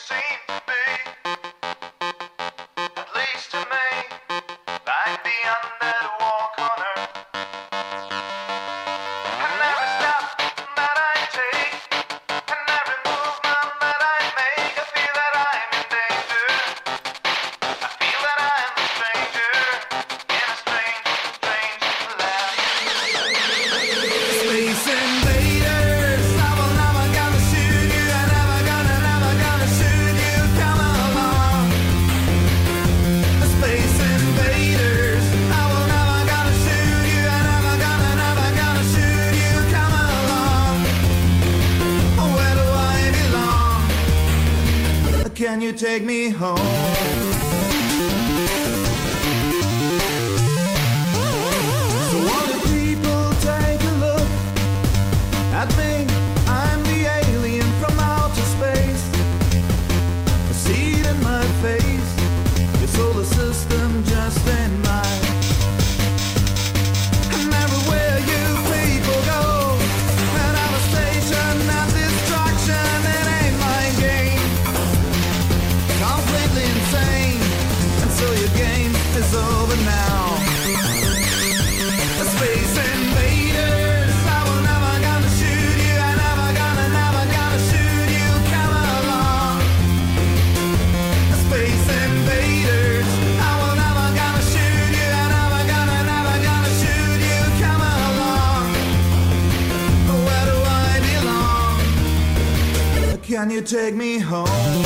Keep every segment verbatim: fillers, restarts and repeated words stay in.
Can you take me home? So all the people take a look at me. I'm the alien from outer space. I see it in my face. Your solar system just ain't mine. And everywhere you people go, and I'm a station at distraction. It ain't my game. Completely insane, and so your game is over now. The Space Invaders, I will never gonna shoot you, I never gonna, never gonna shoot you, come along. The Space Invaders, I will never gonna shoot you, I never gonna, never gonna shoot you, come along. Where do I belong? Can you take me home?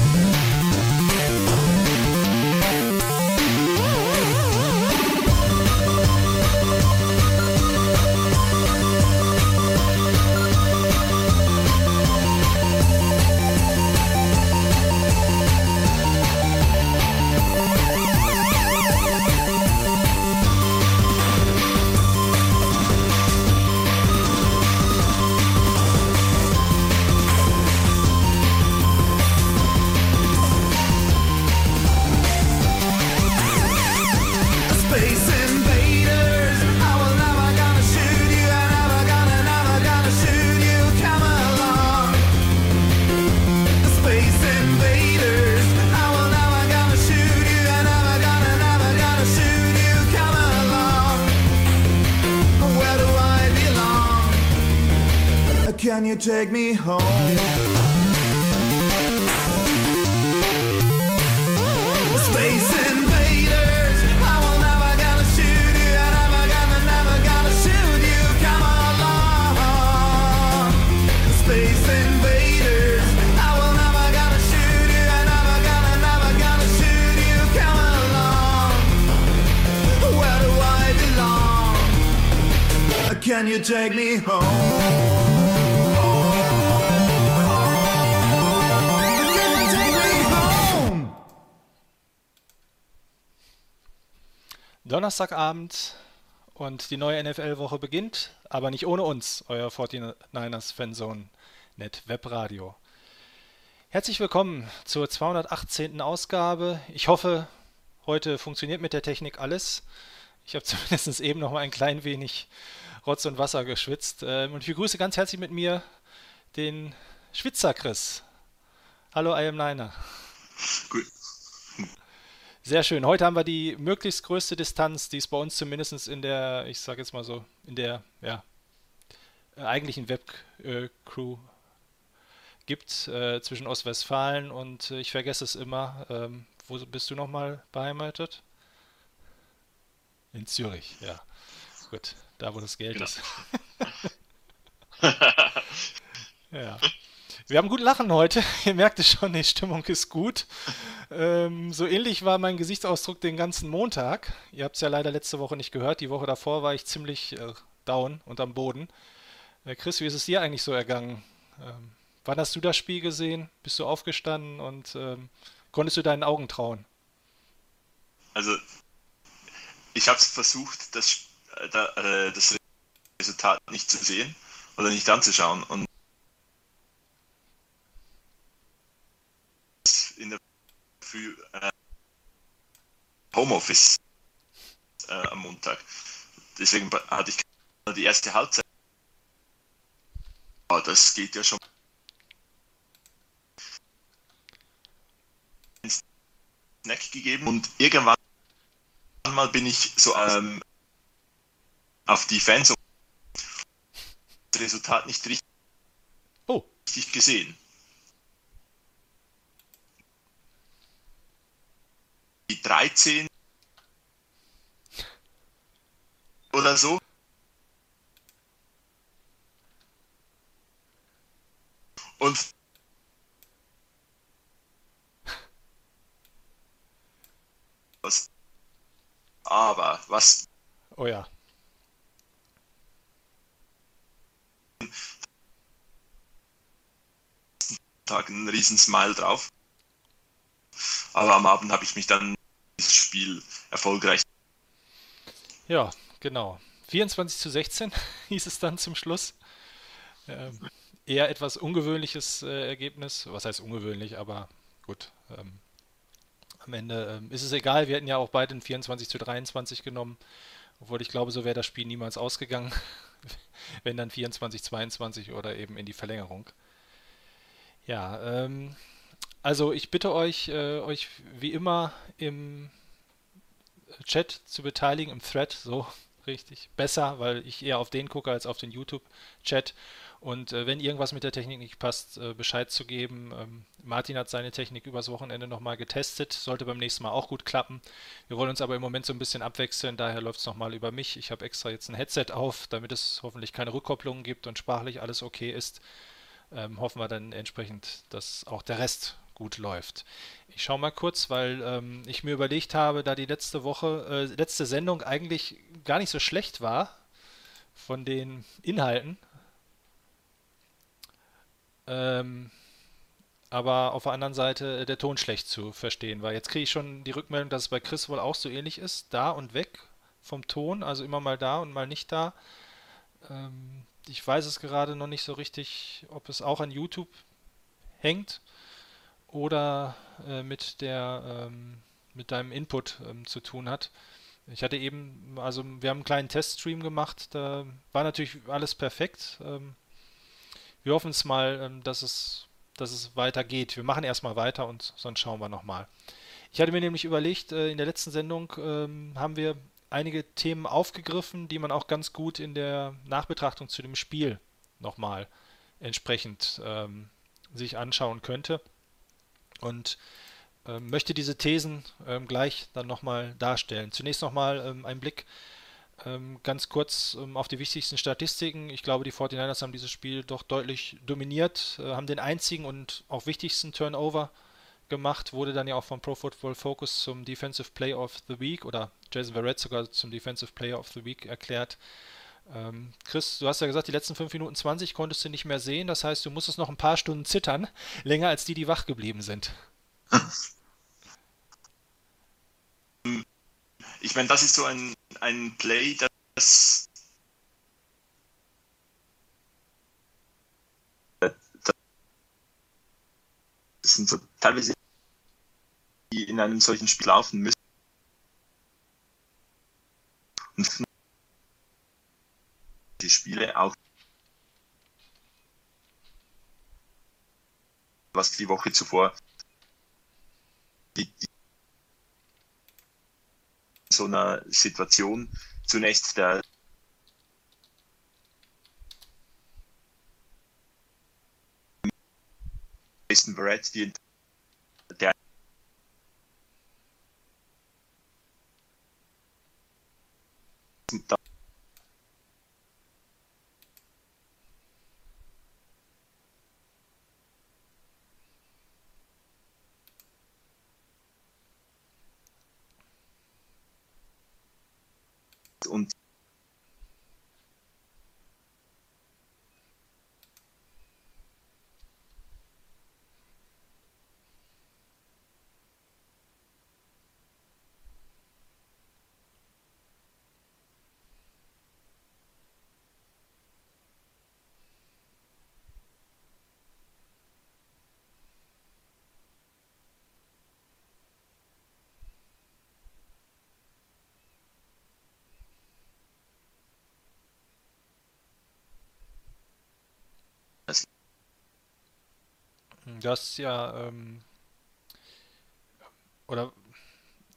Can you take me home? Space Invaders, I will never gonna shoot you, I never gonna, never gonna shoot you, come along. Space Invaders, I will never gonna shoot you, I never gonna, never gonna shoot you, come along. Where do I belong? Can you take me home? Donnerstagabend und die neue N F L-Woche beginnt, aber nicht ohne uns, euer forty-niners Fanzone Net Webradio. Herzlich willkommen zur zweihundertachtzehnten Ausgabe. Ich hoffe, heute funktioniert mit der Technik alles. Ich habe zumindest eben noch mal ein klein wenig Rotz und Wasser geschwitzt. Und ich begrüße ganz herzlich mit mir den Schwitzer Chris. Hallo, I am Niner. Gut. Sehr schön. Heute haben wir die möglichst größte Distanz, die es bei uns zumindest in der, ich sage jetzt mal so, in der ja, eigentlichen Web-Crew gibt, äh, zwischen Ostwestfalen und äh, ich vergesse es immer. Ähm, wo bist du nochmal beheimatet? In Zürich, ja. Gut, da wo das Geld Genau. ist. Ja. Wir haben gut Lachen heute. Ihr merkt es schon, die Stimmung ist gut. Ähm, so ähnlich war mein Gesichtsausdruck den ganzen Montag. Ihr habt es ja leider letzte Woche nicht gehört. Die Woche davor war ich ziemlich äh, down und am Boden. Äh, Chris, wie ist es dir eigentlich so ergangen? Ähm, wann hast du das Spiel gesehen? Bist du aufgestanden und ähm, konntest du deinen Augen trauen? Also, ich habe versucht, das, äh, das Resultat nicht zu sehen oder nicht anzuschauen. Und in der Früh äh, Homeoffice äh, am Montag. Deswegen hatte ich die erste Halbzeit. Oh, das geht ja schon. Snack gegeben und irgendwann mal bin ich so ähm, auf die Fans und das Resultat nicht richtig Oh, gesehen. Die dreizehn oder so. Und was, aber was oh ja. Tag einen riesen Smile drauf. Aber am Abend habe ich mich dann dieses Spiel erfolgreich. Ja, genau. vierundzwanzig zu sechzehn hieß es dann zum Schluss. Ähm, eher etwas ungewöhnliches äh, Ergebnis. Was heißt ungewöhnlich, aber gut. Ähm, am Ende ähm, ist es egal. Wir hätten ja auch beide ein vierundzwanzig zu dreiundzwanzig genommen. Obwohl ich glaube, so wäre das Spiel niemals ausgegangen. Wenn dann vierundzwanzig zweiundzwanzig oder eben in die Verlängerung. Ja, ähm, also ich bitte euch, äh, euch wie immer im Chat zu beteiligen, im Thread, so richtig. Besser, weil ich eher auf den gucke als auf den YouTube-Chat. Und äh, wenn irgendwas mit der Technik nicht passt, äh, Bescheid zu geben. Ähm, Martin hat seine Technik übers Wochenende nochmal getestet, sollte beim nächsten Mal auch gut klappen. Wir wollen uns aber im Moment so ein bisschen abwechseln, daher läuft es nochmal über mich. Ich habe extra jetzt ein Headset auf, damit es hoffentlich keine Rückkopplungen gibt und sprachlich alles okay ist. Ähm, hoffen wir dann entsprechend, dass auch der Rest gut läuft. Ich schaue mal kurz, weil ähm, ich mir überlegt habe, da die letzte Woche, äh, letzte Sendung eigentlich gar nicht so schlecht war von den Inhalten, ähm, aber auf der anderen Seite äh, der Ton schlecht zu verstehen war. Jetzt kriege ich schon die Rückmeldung, dass es bei Chris wohl auch so ähnlich ist, da und weg vom Ton, also immer mal da und mal nicht da. Ähm, ich weiß es gerade noch nicht so richtig, ob es auch an YouTube hängt oder äh, mit der ähm, mit deinem Input ähm, zu tun hat. Ich hatte eben, also wir haben einen kleinen Teststream gemacht, da war natürlich alles perfekt. Ähm, wir hoffen es mal, ähm, dass es, dass es weitergeht. Wir machen erstmal weiter und sonst schauen wir nochmal. Ich hatte mir nämlich überlegt, äh, in der letzten Sendung ähm, haben wir einige Themen aufgegriffen, die man auch ganz gut in der Nachbetrachtung zu dem Spiel nochmal entsprechend ähm, sich anschauen könnte. Und ähm, möchte diese Thesen ähm, gleich dann nochmal darstellen. Zunächst nochmal ähm, ein Blick ähm, ganz kurz ähm, auf die wichtigsten Statistiken. Ich glaube, die forty-niners haben dieses Spiel doch deutlich dominiert, äh, haben den einzigen und auch wichtigsten Turnover gemacht, wurde dann ja auch von Pro Football Focus zum Defensive Player of the Week oder Jason Verrett sogar zum Defensive Player of the Week erklärt. Ähm, Chris, du hast ja gesagt, die letzten fünf Minuten zwanzig konntest du nicht mehr sehen, das heißt, du musstest noch ein paar Stunden zittern, länger als die, die wach geblieben sind. Ich meine, das ist so ein, ein Play, das, das sind so teilweise, die in einem solchen Spiel laufen müssen. Und die Spiele auch, was die Woche zuvor die, die in so einer Situation zunächst der Jason Verrett, die der und das Du hast ja, ähm, oder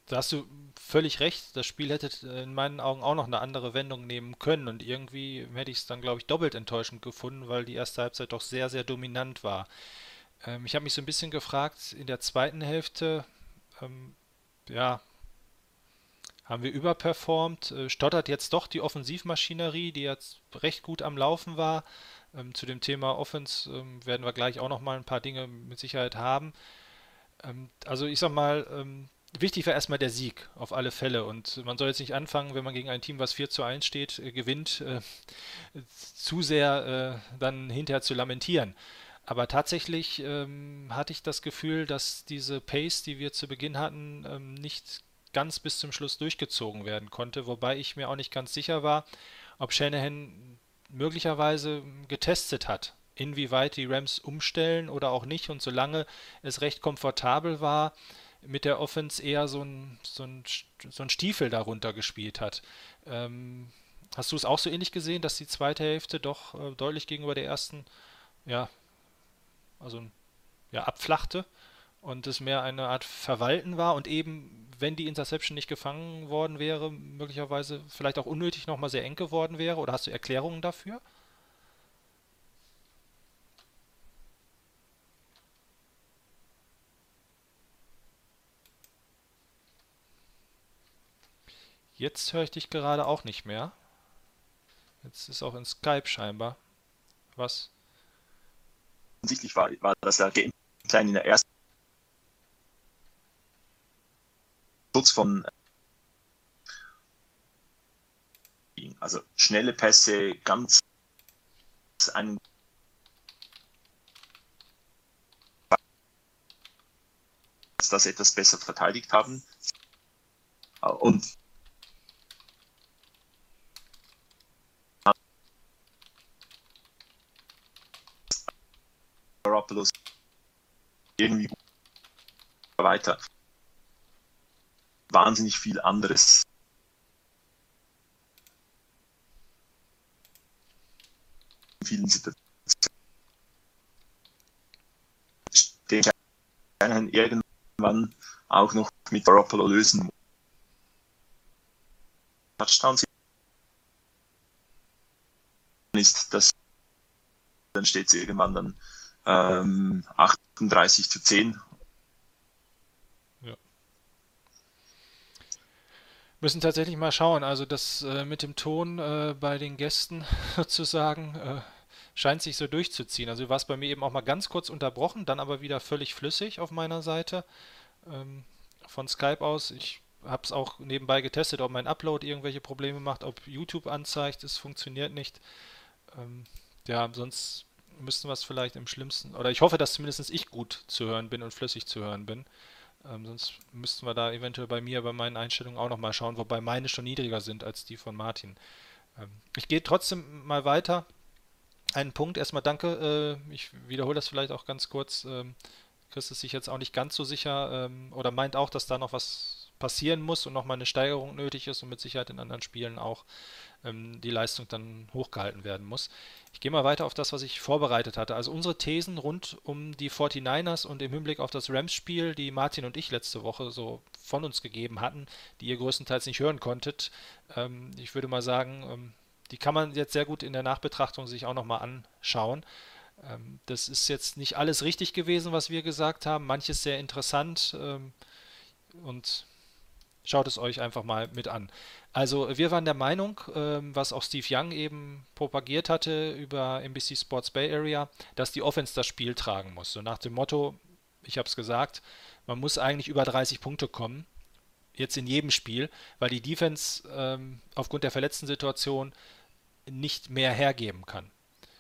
da hast du völlig recht. Das Spiel hätte in meinen Augen auch noch eine andere Wendung nehmen können und irgendwie hätte ich es dann, glaube ich, doppelt enttäuschend gefunden, weil die erste Halbzeit doch sehr, sehr dominant war. Ähm, ich habe mich so ein bisschen gefragt, in der zweiten Hälfte, ähm, ja, haben wir überperformt? Äh, stottert jetzt doch die Offensivmaschinerie, die jetzt recht gut am Laufen war? Ähm, zu dem Thema Offense ähm, werden wir gleich auch noch mal ein paar Dinge mit Sicherheit haben. Ähm, also ich sag mal, ähm, wichtig war erstmal der Sieg, auf alle Fälle. Und man soll jetzt nicht anfangen, wenn man gegen ein Team, was vier zu eins steht, äh, gewinnt, äh, zu sehr äh, dann hinterher zu lamentieren. Aber tatsächlich ähm, hatte ich das Gefühl, dass diese Pace, die wir zu Beginn hatten, ähm, nicht ganz bis zum Schluss durchgezogen werden konnte, wobei ich mir auch nicht ganz sicher war, ob Shanahan möglicherweise getestet hat, inwieweit die Rams umstellen oder auch nicht. Und solange es recht komfortabel war, mit der Offense eher so ein, so ein, so ein Stiefel darunter gespielt hat. Ähm, hast du es auch so ähnlich gesehen, dass die zweite Hälfte doch äh, deutlich gegenüber der ersten, ja, also ja, abflachte und es mehr eine Art Verwalten war und eben, wenn die Interception nicht gefangen worden wäre, möglicherweise vielleicht auch unnötig nochmal sehr eng geworden wäre? Oder hast du Erklärungen dafür? Jetzt höre ich dich gerade auch nicht mehr. Jetzt ist auch in Skype scheinbar was. Offensichtlich war, war das ja Gameplan in der ersten Schutz von, also schnelle Pässe, ganz ein, das etwas besser verteidigt haben. Und Garoppolo irgendwie weiter. Wahnsinnig viel anderes. In vielen Situationen. Den Shanahan irgendwann auch noch mit Garoppolo lösen muss. Touchdowns ist das, dann steht es irgendwann dann ähm, achtunddreißig zu zehn. Ja. Müssen tatsächlich mal schauen. Also das äh, mit dem Ton äh, bei den Gästen sozusagen äh, scheint sich so durchzuziehen. Also war es bei mir eben auch mal ganz kurz unterbrochen, dann aber wieder völlig flüssig auf meiner Seite ähm, von Skype aus. Ich habe es auch nebenbei getestet, ob mein Upload irgendwelche Probleme macht, ob YouTube anzeigt, es funktioniert nicht. Ähm, ja, sonst müssten wir es vielleicht im schlimmsten, oder ich hoffe, dass zumindest ich gut zu hören bin und flüssig zu hören bin. Ähm, sonst müssten wir da eventuell bei mir, bei meinen Einstellungen auch nochmal schauen, wobei meine schon niedriger sind als die von Martin. Ähm, ich gehe trotzdem mal weiter. Einen Punkt, erstmal danke, äh, ich wiederhole das vielleicht auch ganz kurz. Ähm, Chris ist sich jetzt auch nicht ganz so sicher ähm, oder meint auch, dass da noch was passieren muss und nochmal eine Steigerung nötig ist und mit Sicherheit in anderen Spielen auch ähm, die Leistung dann hochgehalten werden muss. Ich gehe mal weiter auf das, was ich vorbereitet hatte. Also unsere Thesen rund um die forty-niners und im Hinblick auf das Rams-Spiel, die Martin und ich letzte Woche so von uns gegeben hatten, die ihr größtenteils nicht hören konntet. Ähm, ich würde mal sagen, ähm, die kann man jetzt sehr gut in der Nachbetrachtung sich auch nochmal anschauen. Ähm, das ist jetzt nicht alles richtig gewesen, was wir gesagt haben. Manches sehr interessant ähm, und schaut es euch einfach mal mit an. Also wir waren der Meinung, ähm, was auch Steve Young eben propagiert hatte über N B C Sports Bay Area, dass die Offense das Spiel tragen muss. So nach dem Motto, ich habe es gesagt, man muss eigentlich über dreißig Punkte kommen, jetzt in jedem Spiel, weil die Defense ähm, aufgrund der verletzten Situation nicht mehr hergeben kann.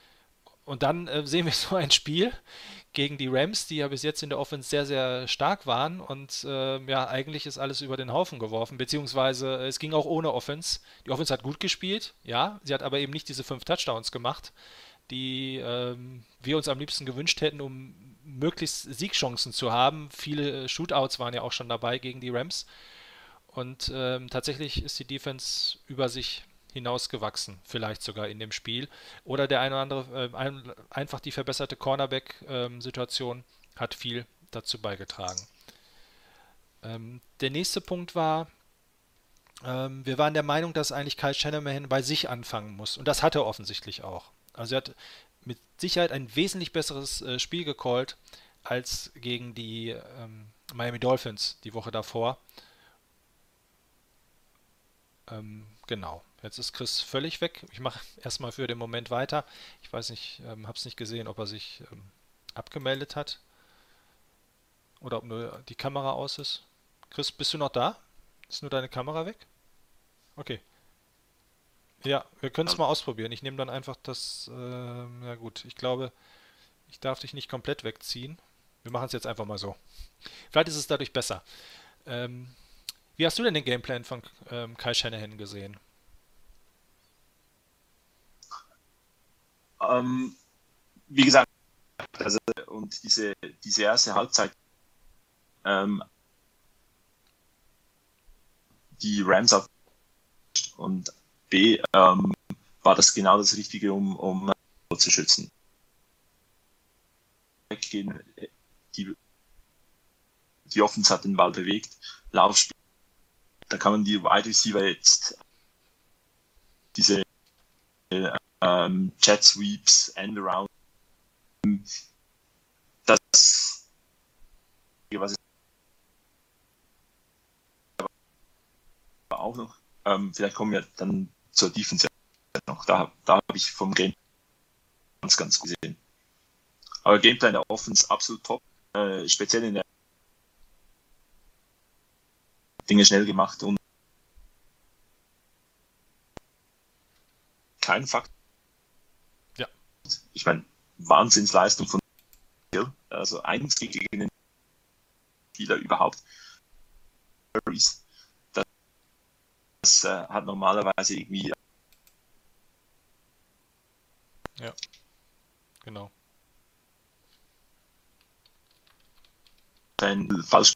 Und dann äh, sehen wir so ein Spiel gegen die Rams, die ja bis jetzt in der Offense sehr, sehr stark waren. Und äh, ja, eigentlich ist alles über den Haufen geworfen. Beziehungsweise äh, es ging auch ohne Offense. Die Offense hat gut gespielt, ja. Sie hat aber eben nicht diese fünf Touchdowns gemacht, die ähm, wir uns am liebsten gewünscht hätten, um möglichst Siegchancen zu haben. Viele Shootouts waren ja auch schon dabei gegen die Rams. Und ähm, tatsächlich ist die Defense über sich hinausgewachsen, vielleicht sogar in dem Spiel. Oder der eine oder andere, äh, ein, einfach die verbesserte Cornerback-Situation hat viel dazu beigetragen. Ähm, der nächste Punkt war, ähm, wir waren der Meinung, dass eigentlich Kyle Shanahan bei sich anfangen muss. Und das hat er offensichtlich auch. Also er hat mit Sicherheit ein wesentlich besseres äh, Spiel gecallt als gegen die ähm, Miami Dolphins die Woche davor. Ähm, genau. Jetzt ist Chris völlig weg. Ich mache erstmal für den Moment weiter. Ich weiß nicht, ähm, habe es nicht gesehen, ob er sich ähm, abgemeldet hat oder ob nur die Kamera aus ist. Chris, bist du noch da? Ist nur deine Kamera weg? Okay. Ja, wir können es Also, mal ausprobieren. Ich nehme dann einfach das. Ähm, ja gut, ich glaube, ich darf dich nicht komplett wegziehen. Wir machen es jetzt einfach mal so. Vielleicht ist es dadurch besser. Ähm, wie hast du denn den Gameplan von ähm, Kyle Shanahan gesehen? ähm, wie gesagt, also, und diese, diese erste Halbzeit, ähm, die Rams auf und B, ähm, war das genau das Richtige, um, um zu schützen. Weggehen, die, die Offense hat den Ball bewegt, Laufspiel, da kann man die Wide Receiver jetzt diese ähm, Jet Sweeps, End Around, das, was ich aber auch noch, ähm, vielleicht kommen wir dann zur Defense noch, da, da habe ich vom Game ganz, ganz gut gesehen. Aber Gameplan der Offense absolut top, äh, speziell in der Dinge schnell gemacht und kein Fakt. Ja. Ich meine, Wahnsinnsleistung von Hill, also einzig gegen den Spieler überhaupt. Das, das äh, hat normalerweise irgendwie Ja, genau. ein falsch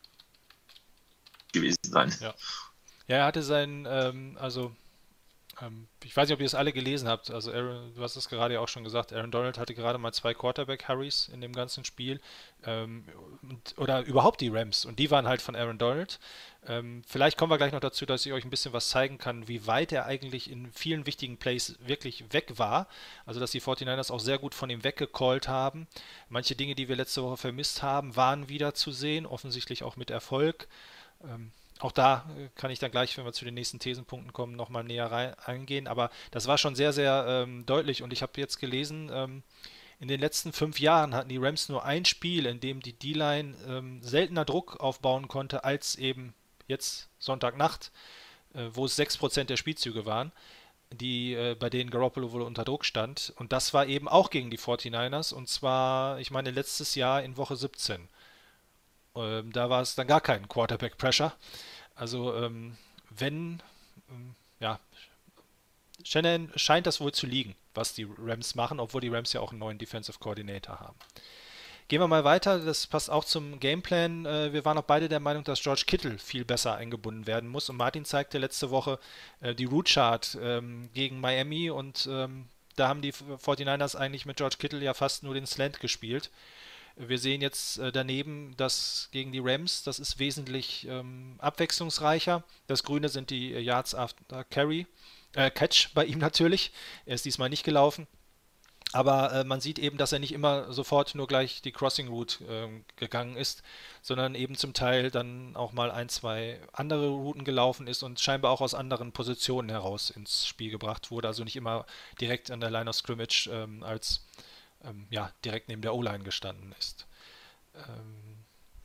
gewesen sein. Ja. Ja, er hatte seinen, ähm, also ähm, ich weiß nicht, ob ihr es alle gelesen habt. Also Aaron, du hast es gerade ja auch schon gesagt, Aaron Donald hatte gerade mal zwei Quarterback-Hurries in dem ganzen Spiel. Ähm, und, oder überhaupt die Rams. Und die waren halt von Aaron Donald. Ähm, vielleicht kommen wir gleich noch dazu, dass ich euch ein bisschen was zeigen kann, wie weit er eigentlich in vielen wichtigen Plays wirklich weg war. Also dass die forty-niners auch sehr gut von ihm weggecallt haben. Manche Dinge, die wir letzte Woche vermisst haben, waren wieder zu sehen. Offensichtlich auch mit Erfolg. Ähm, auch da äh, kann ich dann gleich, wenn wir zu den nächsten Thesenpunkten kommen, nochmal näher rein, eingehen. Aber das war schon sehr, sehr ähm, deutlich. Und ich habe jetzt gelesen, ähm, in den letzten fünf Jahren hatten die Rams nur ein Spiel, in dem die D-Line ähm, seltener Druck aufbauen konnte, als eben jetzt Sonntagnacht, äh, wo es sechs Prozent der Spielzüge waren, die, äh, bei denen Garoppolo wohl unter Druck stand. Und das war eben auch gegen die forty-niners. Und zwar, ich meine, letztes Jahr in Woche siebzehn. Ähm, da war es dann gar kein Quarterback-Pressure. Also ähm, wenn, ähm, ja, Shannon scheint das wohl zu liegen, was die Rams machen, obwohl die Rams ja auch einen neuen Defensive Coordinator haben. Gehen wir mal weiter, das passt auch zum Gameplan. Äh, wir waren auch beide der Meinung, dass George Kittle viel besser eingebunden werden muss. Und Martin zeigte letzte Woche äh, die Route Chart ähm, gegen Miami und ähm, da haben die forty-niners eigentlich mit George Kittle ja fast nur den Slant gespielt. Wir sehen jetzt äh, daneben, dass gegen die Rams, das ist wesentlich ähm, abwechslungsreicher. Das Grüne sind die äh, Yards after Carry, äh, Catch bei ihm natürlich. Er ist diesmal nicht gelaufen. Aber äh, man sieht eben, dass er nicht immer sofort nur gleich die Crossing Route äh, gegangen ist, sondern eben zum Teil dann auch mal ein, zwei andere Routen gelaufen ist und scheinbar auch aus anderen Positionen heraus ins Spiel gebracht wurde. Also nicht immer direkt an der Line of Scrimmage ähm, als ähm, ja, direkt neben der O-Line gestanden ist. Ähm,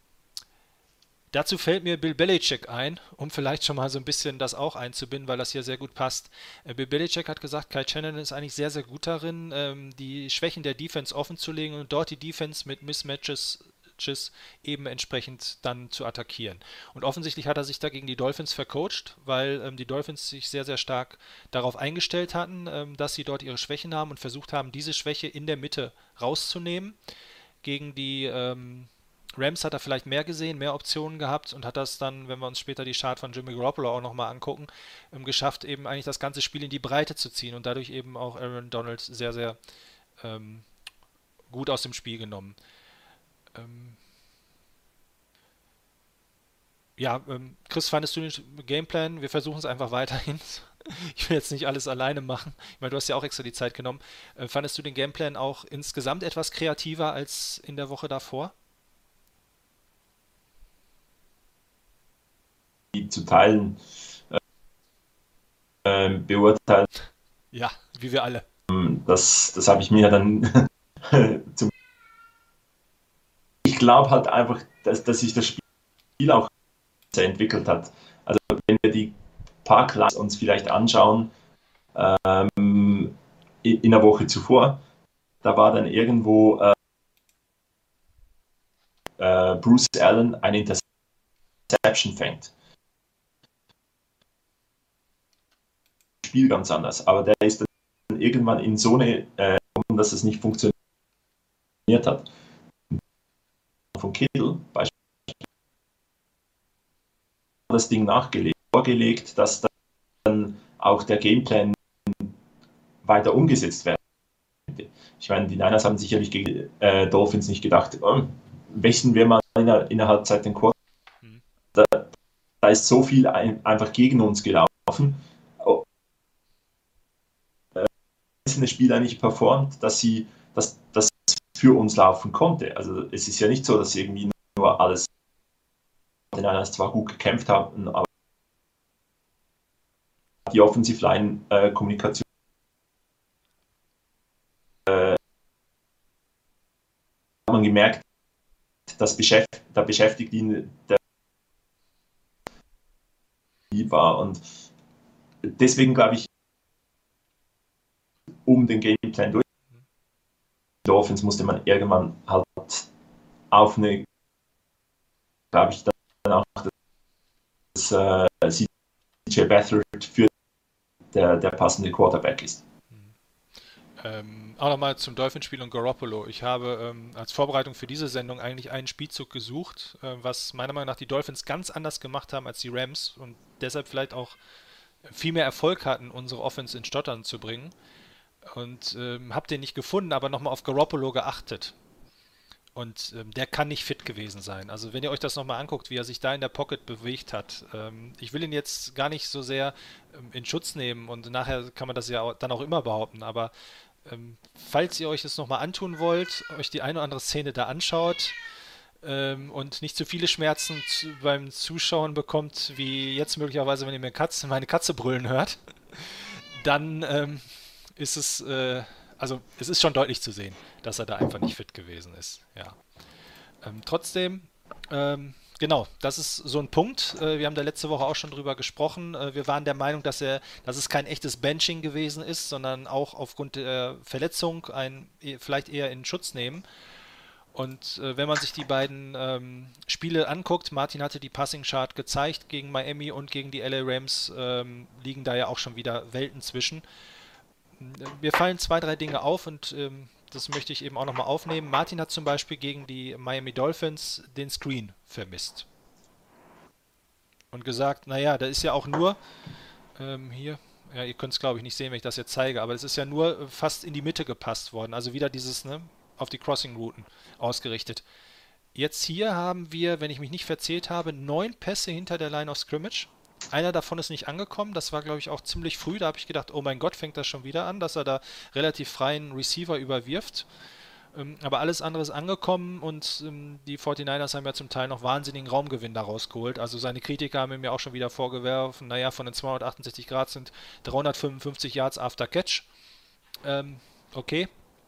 dazu fällt mir Bill Belichick ein, um vielleicht schon mal so ein bisschen das auch einzubinden, weil das hier sehr gut passt. Äh, Bill Belichick hat gesagt, Kyle Shanahan ist eigentlich sehr, sehr gut darin, ähm, die Schwächen der Defense offen zu legen und dort die Defense mit Mismatches eben entsprechend dann zu attackieren. Und offensichtlich hat er sich da gegen die Dolphins vercoacht, weil ähm, die Dolphins sich sehr, sehr stark darauf eingestellt hatten, ähm, dass sie dort ihre Schwächen haben und versucht haben, diese Schwäche in der Mitte rauszunehmen. Gegen die ähm, Rams hat er vielleicht mehr gesehen, mehr Optionen gehabt und hat das dann, wenn wir uns später die Chart von Jimmy Garoppolo auch nochmal angucken, ähm, geschafft, eben eigentlich das ganze Spiel in die Breite zu ziehen und dadurch eben auch Aaron Donald sehr, sehr ähm, gut aus dem Spiel genommen. Ähm, ja, ähm, Chris, fandest du den Gameplan? Wir versuchen es einfach weiterhin. Ich will jetzt nicht alles alleine machen. Ich meine, du hast ja auch extra die Zeit genommen. Äh, fandest du den Gameplan auch insgesamt etwas kreativer als in der Woche davor? Die zu teilen, äh, beurteilen, Ja, wie wir alle. das, das habe ich mir dann zum ich glaube halt einfach, dass, dass sich das Spiel auch sehr entwickelt hat. Also wenn wir die paar Clans uns vielleicht anschauen, ähm, in der Woche zuvor, da war dann irgendwo äh, äh, Bruce Allen eine Interception fängt. Spiel ganz anders, aber der ist dann irgendwann in so eine, äh, dass es nicht funktioniert hat. Von Kittle beispielsweise das Ding nachgelegt, vorgelegt, dass dann auch der Gameplan weiter umgesetzt werden. Ich meine, die Niners haben sicherlich gegen äh, Dolphins nicht gedacht, oh, wechseln wir mal in der, in der Halbzeit den Quarterback. Mhm. Da, da ist so viel ein, einfach gegen uns gelaufen. Oh, äh, einzelne Spieler nicht performt, dass sie dass das für uns laufen konnte. Also es ist ja nicht so, dass irgendwie nur alles die Niners zwar gut gekämpft haben, aber die Offensive-Line-Kommunikation äh, hat man gemerkt, dass beschäftigt, da beschäftigt ihn der war und deswegen glaube ich, um den Gameplan durch Dolphins musste man irgendwann halt auf eine, glaube ich, dann auch das äh, C J Beathard für der, der passende Quarterback ist. Ähm, auch nochmal zum Dolphinspiel und Garoppolo. Ich habe ähm, als Vorbereitung für diese Sendung eigentlich einen Spielzug gesucht, äh, was meiner Meinung nach die Dolphins ganz anders gemacht haben als die Rams und deshalb vielleicht auch viel mehr Erfolg hatten, unsere Offense in Stottern zu bringen. Und ähm, habe den nicht gefunden, aber nochmal auf Garoppolo geachtet. Und ähm, der kann nicht fit gewesen sein. Also wenn ihr euch das nochmal anguckt, wie er sich da in der Pocket bewegt hat. Ähm, ich will ihn jetzt gar nicht so sehr ähm, in Schutz nehmen und nachher kann man das ja auch, dann auch immer behaupten. Aber ähm, falls ihr euch das nochmal antun wollt, euch die eine oder andere Szene da anschaut ähm, und nicht zu viele Schmerzen zu, beim Zuschauen bekommt, wie jetzt möglicherweise, wenn ihr mir Katze, meine Katze brüllen hört, dann ähm, ist es, äh, also es ist schon deutlich zu sehen, dass er da einfach nicht fit gewesen ist. Ja. Ähm, trotzdem, ähm, genau, das ist so ein Punkt. Äh, wir haben da letzte Woche auch schon drüber gesprochen. Äh, wir waren der Meinung, dass er, dass es kein echtes Benching gewesen ist, sondern auch aufgrund der Verletzung ein vielleicht eher in Schutz nehmen. Und äh, wenn man sich die beiden ähm, Spiele anguckt, Martin hatte die Passing Chart gezeigt gegen Miami und gegen die L A Rams, ähm, liegen da ja auch schon wieder Welten zwischen. Mir fallen zwei, drei Dinge auf und ähm, das möchte ich eben auch nochmal aufnehmen. Martin hat zum Beispiel gegen die Miami Dolphins den Screen vermisst. Und gesagt, naja, da ist ja auch nur, ähm, hier, ja, ihr könnt es glaube ich nicht sehen, wenn ich das jetzt zeige, aber es ist ja nur fast in die Mitte gepasst worden. Also wieder dieses, ne, auf die Crossing-Routen ausgerichtet. Jetzt hier haben wir, wenn ich mich nicht verzählt habe, neun Pässe hinter der Line of Scrimmage. Einer davon ist nicht angekommen, das war glaube ich auch ziemlich früh, da habe ich gedacht, oh mein Gott, fängt das schon wieder an, dass er da relativ freien Receiver überwirft. Ähm, aber alles andere ist angekommen und ähm, die forty-niners haben ja zum Teil noch wahnsinnigen Raumgewinn daraus geholt. Also seine Kritiker haben ihm ja auch schon wieder vorgeworfen, naja, von den zweihundertachtundsechzig Grad sind dreihundertfünfundfünfzig Yards after Catch. Ähm, okay.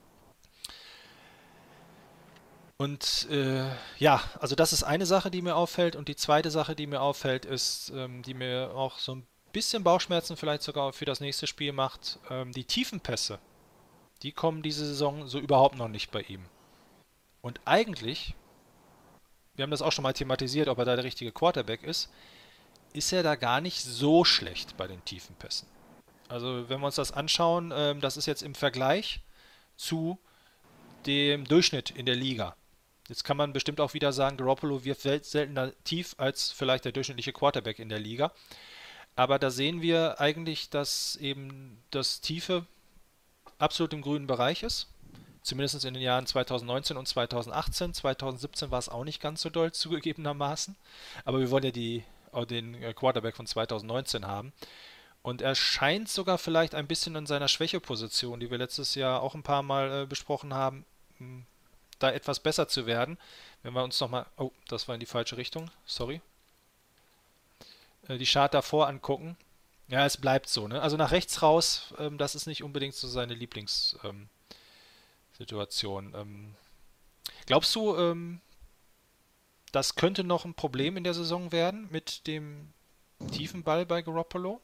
Und äh, ja, also das ist eine Sache, die mir auffällt. Und die zweite Sache, die mir auffällt, ist, ähm, die mir auch so ein bisschen Bauchschmerzen vielleicht sogar für das nächste Spiel macht. Ähm, die Tiefenpässe, die kommen diese Saison so überhaupt noch nicht bei ihm. Und eigentlich, wir haben das auch schon mal thematisiert, ob er da der richtige Quarterback ist, ist er da gar nicht so schlecht bei den Tiefenpässen. Also wenn wir uns das anschauen, ähm, das ist jetzt im Vergleich zu dem Durchschnitt in der Liga. Jetzt kann man bestimmt auch wieder sagen, Garoppolo wirft seltener tief als vielleicht der durchschnittliche Quarterback in der Liga. Aber da sehen wir eigentlich, dass eben das Tiefe absolut im grünen Bereich ist. Zumindest in den Jahren zweitausendneunzehn und zweitausendachtzehn. zweitausendsiebzehn war es auch nicht ganz so doll, zugegebenermaßen. Aber wir wollen ja die, auch den Quarterback von zweitausendneunzehn haben. Und er scheint sogar vielleicht ein bisschen in seiner Schwächeposition, die wir letztes Jahr auch ein paar Mal äh, besprochen haben, mh, da etwas besser zu werden. Wenn wir uns nochmal, oh, das war in die falsche Richtung, sorry, äh, die Chart davor angucken. Ja, es bleibt so, ne? Also nach rechts raus, ähm, das ist nicht unbedingt so seine Lieblingssituation. Ähm, ähm, glaubst du, ähm, das könnte noch ein Problem in der Saison werden mit dem tiefen Ball bei Garoppolo?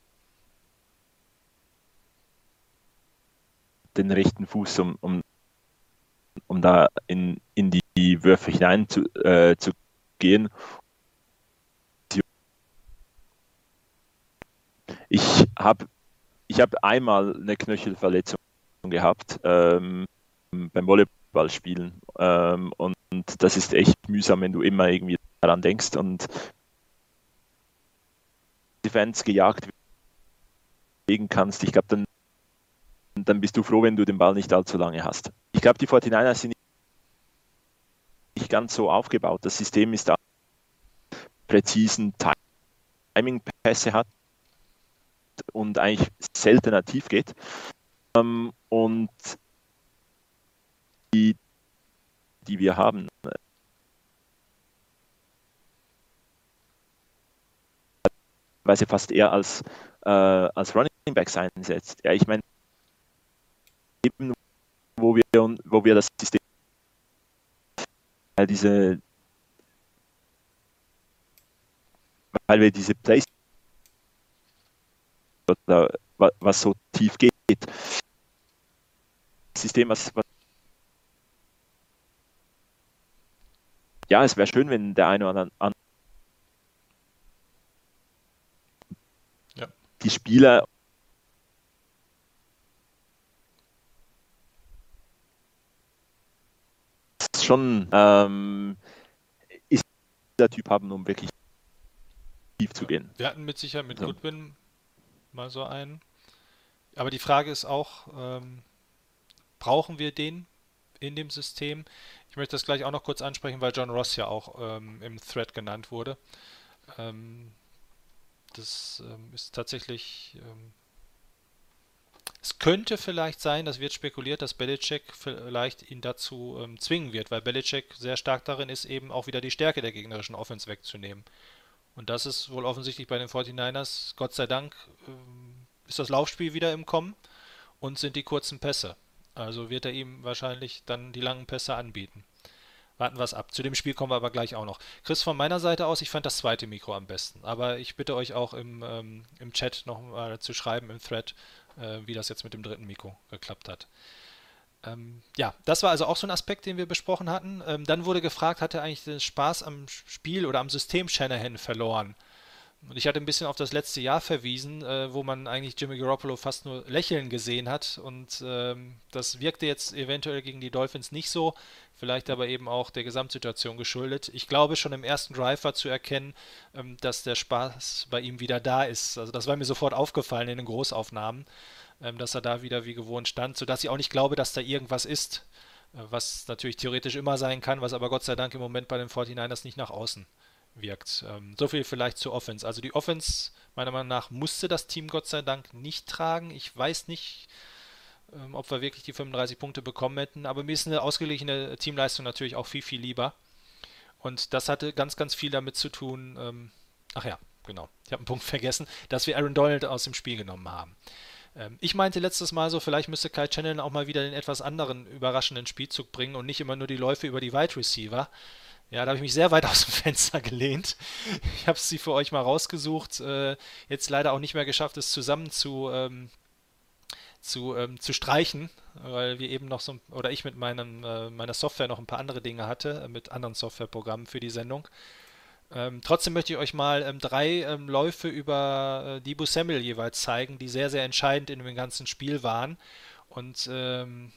Den rechten Fuß, um, um, um da in, in die Würfe hinein zu, äh, zu gehen. Ich habe ich hab einmal eine Knöchelverletzung gehabt ähm, beim Volleyballspielen ähm, und, und das ist echt mühsam, wenn du immer irgendwie daran denkst und die Fans gejagt werden kannst. Ich glaube, dann dann bist du froh, wenn du den Ball nicht allzu lange hast. Ich glaube, die forty-niners sind nicht ganz so aufgebaut. Das System ist da präzisen Timing-Pässe hat und eigentlich seltener tief geht. Und die, die wir haben, weil sie fast eher als, äh, als Running Backs einsetzt. Ja, ich meine, eben, wo wir, wo wir das System, weil diese, weil wir diese Plays oder was so tief geht, System, was, was ja, es wäre schön, wenn der eine oder andere ja. die Spieler schon ähm, ist der Typ haben, um wirklich tief zu gehen. Wir hatten mit Sicherheit mit So. Goodwin mal so einen. Aber die Frage ist auch, ähm, brauchen wir den in dem System? Ich möchte das gleich auch noch kurz ansprechen, weil John Ross ja auch ähm, im Thread genannt wurde. Ähm, das ähm, ist tatsächlich... Ähm, Es könnte vielleicht sein, das wird spekuliert, dass Belichick vielleicht ihn dazu ähm, zwingen wird, weil Belichick sehr stark darin ist, eben auch wieder die Stärke der gegnerischen Offense wegzunehmen. Und das ist wohl offensichtlich bei den forty-niners, Gott sei Dank, ähm, ist das Laufspiel wieder im Kommen und sind die kurzen Pässe. Also wird er ihm wahrscheinlich dann die langen Pässe anbieten. Warten wir es ab. Zu dem Spiel kommen wir aber gleich auch noch. Chris, von meiner Seite aus, ich fand das zweite Mikro am besten. Aber ich bitte euch auch im, ähm, im Chat noch mal zu schreiben, im Thread, äh, wie das jetzt mit dem dritten Mikro geklappt hat. Ähm, ja, das war also auch so ein Aspekt, den wir besprochen hatten. Ähm, dann wurde gefragt, hat er eigentlich den Spaß am Spiel oder am System Shanahan verloren? Und ich hatte ein bisschen auf das letzte Jahr verwiesen, äh, wo man eigentlich Jimmy Garoppolo fast nur lächeln gesehen hat. Und ähm, das wirkte jetzt eventuell gegen die Dolphins nicht so. Vielleicht aber eben auch der Gesamtsituation geschuldet. Ich glaube, schon im ersten Drive war zu erkennen, ähm, dass der Spaß bei ihm wieder da ist. Also das war mir sofort aufgefallen in den Großaufnahmen, ähm, dass er da wieder wie gewohnt stand, sodass ich auch nicht glaube, dass da irgendwas ist, äh, was natürlich theoretisch immer sein kann, was aber Gott sei Dank im Moment bei den forty-niners nicht nach außen wirkt. Ähm, so viel vielleicht zur Offense. Also die Offense, meiner Meinung nach, musste das Team Gott sei Dank nicht tragen. Ich weiß nicht, ähm, ob wir wirklich die fünfunddreißig Punkte bekommen hätten, aber mir ist eine ausgeglichene Teamleistung natürlich auch viel, viel lieber. Und das hatte ganz, ganz viel damit zu tun, ähm, ach ja, genau, ich habe einen Punkt vergessen, dass wir Aaron Donald aus dem Spiel genommen haben. Ähm, ich meinte letztes Mal so, vielleicht müsste Kyle Shanahan auch mal wieder den etwas anderen, überraschenden Spielzug bringen und nicht immer nur die Läufe über die Wide Receiver. Ja, da habe ich mich sehr weit aus dem Fenster gelehnt. Ich habe sie für euch mal rausgesucht. Äh, jetzt leider auch nicht mehr geschafft, es zusammen zu, ähm, zu, ähm, zu streichen, weil wir eben noch so, oder ich mit meinem, äh, meiner Software noch ein paar andere Dinge hatte, äh, mit anderen Softwareprogrammen für die Sendung. Ähm, trotzdem möchte ich euch mal ähm, drei ähm, Läufe über äh, Deebo Samuel jeweils zeigen, die sehr, sehr entscheidend in dem ganzen Spiel waren. Und ähm,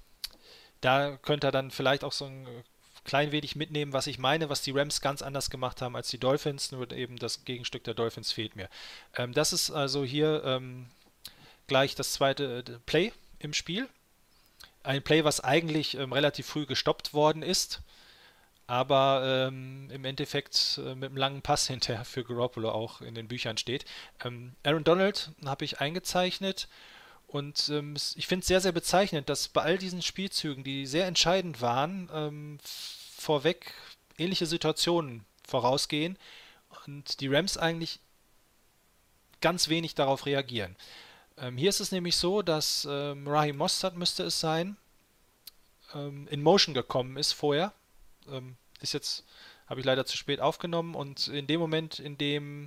da könnt ihr dann vielleicht auch so ein klein wenig mitnehmen, was ich meine, was die Rams ganz anders gemacht haben als die Dolphins, nur eben das Gegenstück der Dolphins fehlt mir. Ähm, das ist also hier ähm, gleich das zweite äh, Play im Spiel. ein Play, was eigentlich ähm, relativ früh gestoppt worden ist, aber ähm, im Endeffekt äh, mit einem langen Pass hinterher für Garoppolo auch in den Büchern steht. Ähm, Aaron Donald habe ich eingezeichnet und ähm, es- ich finde es sehr, sehr bezeichnend, dass bei all diesen Spielzügen, die sehr entscheidend waren, ähm, vorweg ähnliche Situationen vorausgehen und die Rams eigentlich ganz wenig darauf reagieren. Ähm, hier ist es nämlich so, dass ähm, Raheem Mostert müsste es sein, ähm, in Motion gekommen ist vorher. Ähm, ist jetzt, habe ich leider zu spät aufgenommen und in dem Moment, in dem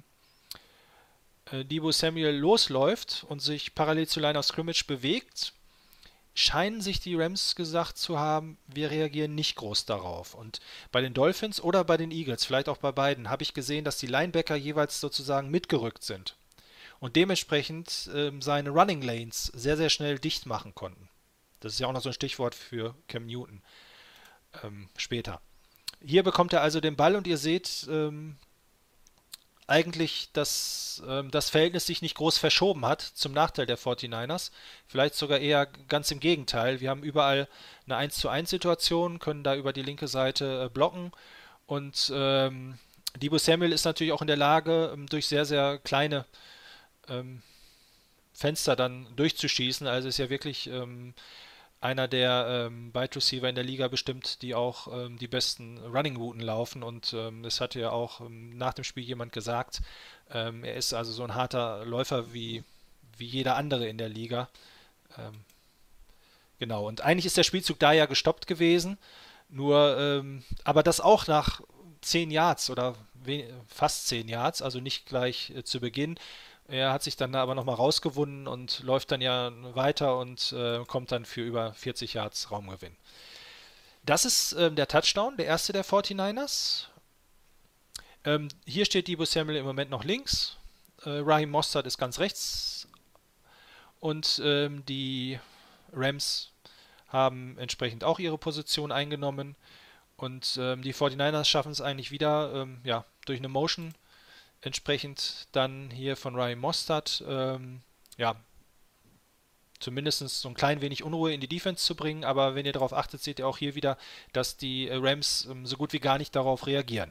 äh, Deebo Samuel losläuft und sich parallel zu Line of Scrimmage bewegt, scheinen sich die Rams gesagt zu haben, wir reagieren nicht groß darauf. Und bei den Dolphins oder bei den Eagles, vielleicht auch bei beiden, habe ich gesehen, dass die Linebacker jeweils sozusagen mitgerückt sind und dementsprechend ähm, seine Running Lanes sehr, sehr schnell dicht machen konnten. Das ist ja auch noch so ein Stichwort für Cam Newton ähm, später. Hier bekommt er also den Ball und ihr seht ähm, eigentlich, dass ähm, das Verhältnis sich nicht groß verschoben hat zum Nachteil der forty-niners. Vielleicht sogar eher ganz im Gegenteil. Wir haben überall eine eins zu eins Situation, können da über die linke Seite äh, blocken und ähm, Deebo Samuel ist natürlich auch in der Lage, ähm, durch sehr, sehr kleine ähm, Fenster dann durchzuschießen. Also ist ja wirklich ähm, einer der ähm, Wide Receiver in der Liga bestimmt, die auch ähm, die besten Running Routen laufen und ähm, es hatte ja auch ähm, nach dem Spiel jemand gesagt, ähm, er ist also so ein harter Läufer wie, wie jeder andere in der Liga. Ähm, genau, und eigentlich ist der Spielzug da ja gestoppt gewesen, nur, ähm, aber das auch nach zehn Yards oder we- fast zehn Yards, also nicht gleich äh, zu Beginn. Er hat sich dann aber nochmal rausgewunden und läuft dann ja weiter und äh, kommt dann für über vierzig Yards Raumgewinn. Das ist ähm, der Touchdown, der erste der forty-niners. Ähm, hier steht Deebo Samuel im Moment noch links. Äh, Raheem Mostert ist ganz rechts. Und ähm, die Rams haben entsprechend auch ihre Position eingenommen. Und ähm, die forty-niners schaffen es eigentlich wieder, ähm, ja, durch eine Motion entsprechend dann hier von Raheem Mostert, ähm, ja, zumindest so ein klein wenig Unruhe in die Defense zu bringen. Aber wenn ihr darauf achtet, seht ihr auch hier wieder, dass die äh, Rams ähm, so gut wie gar nicht darauf reagieren.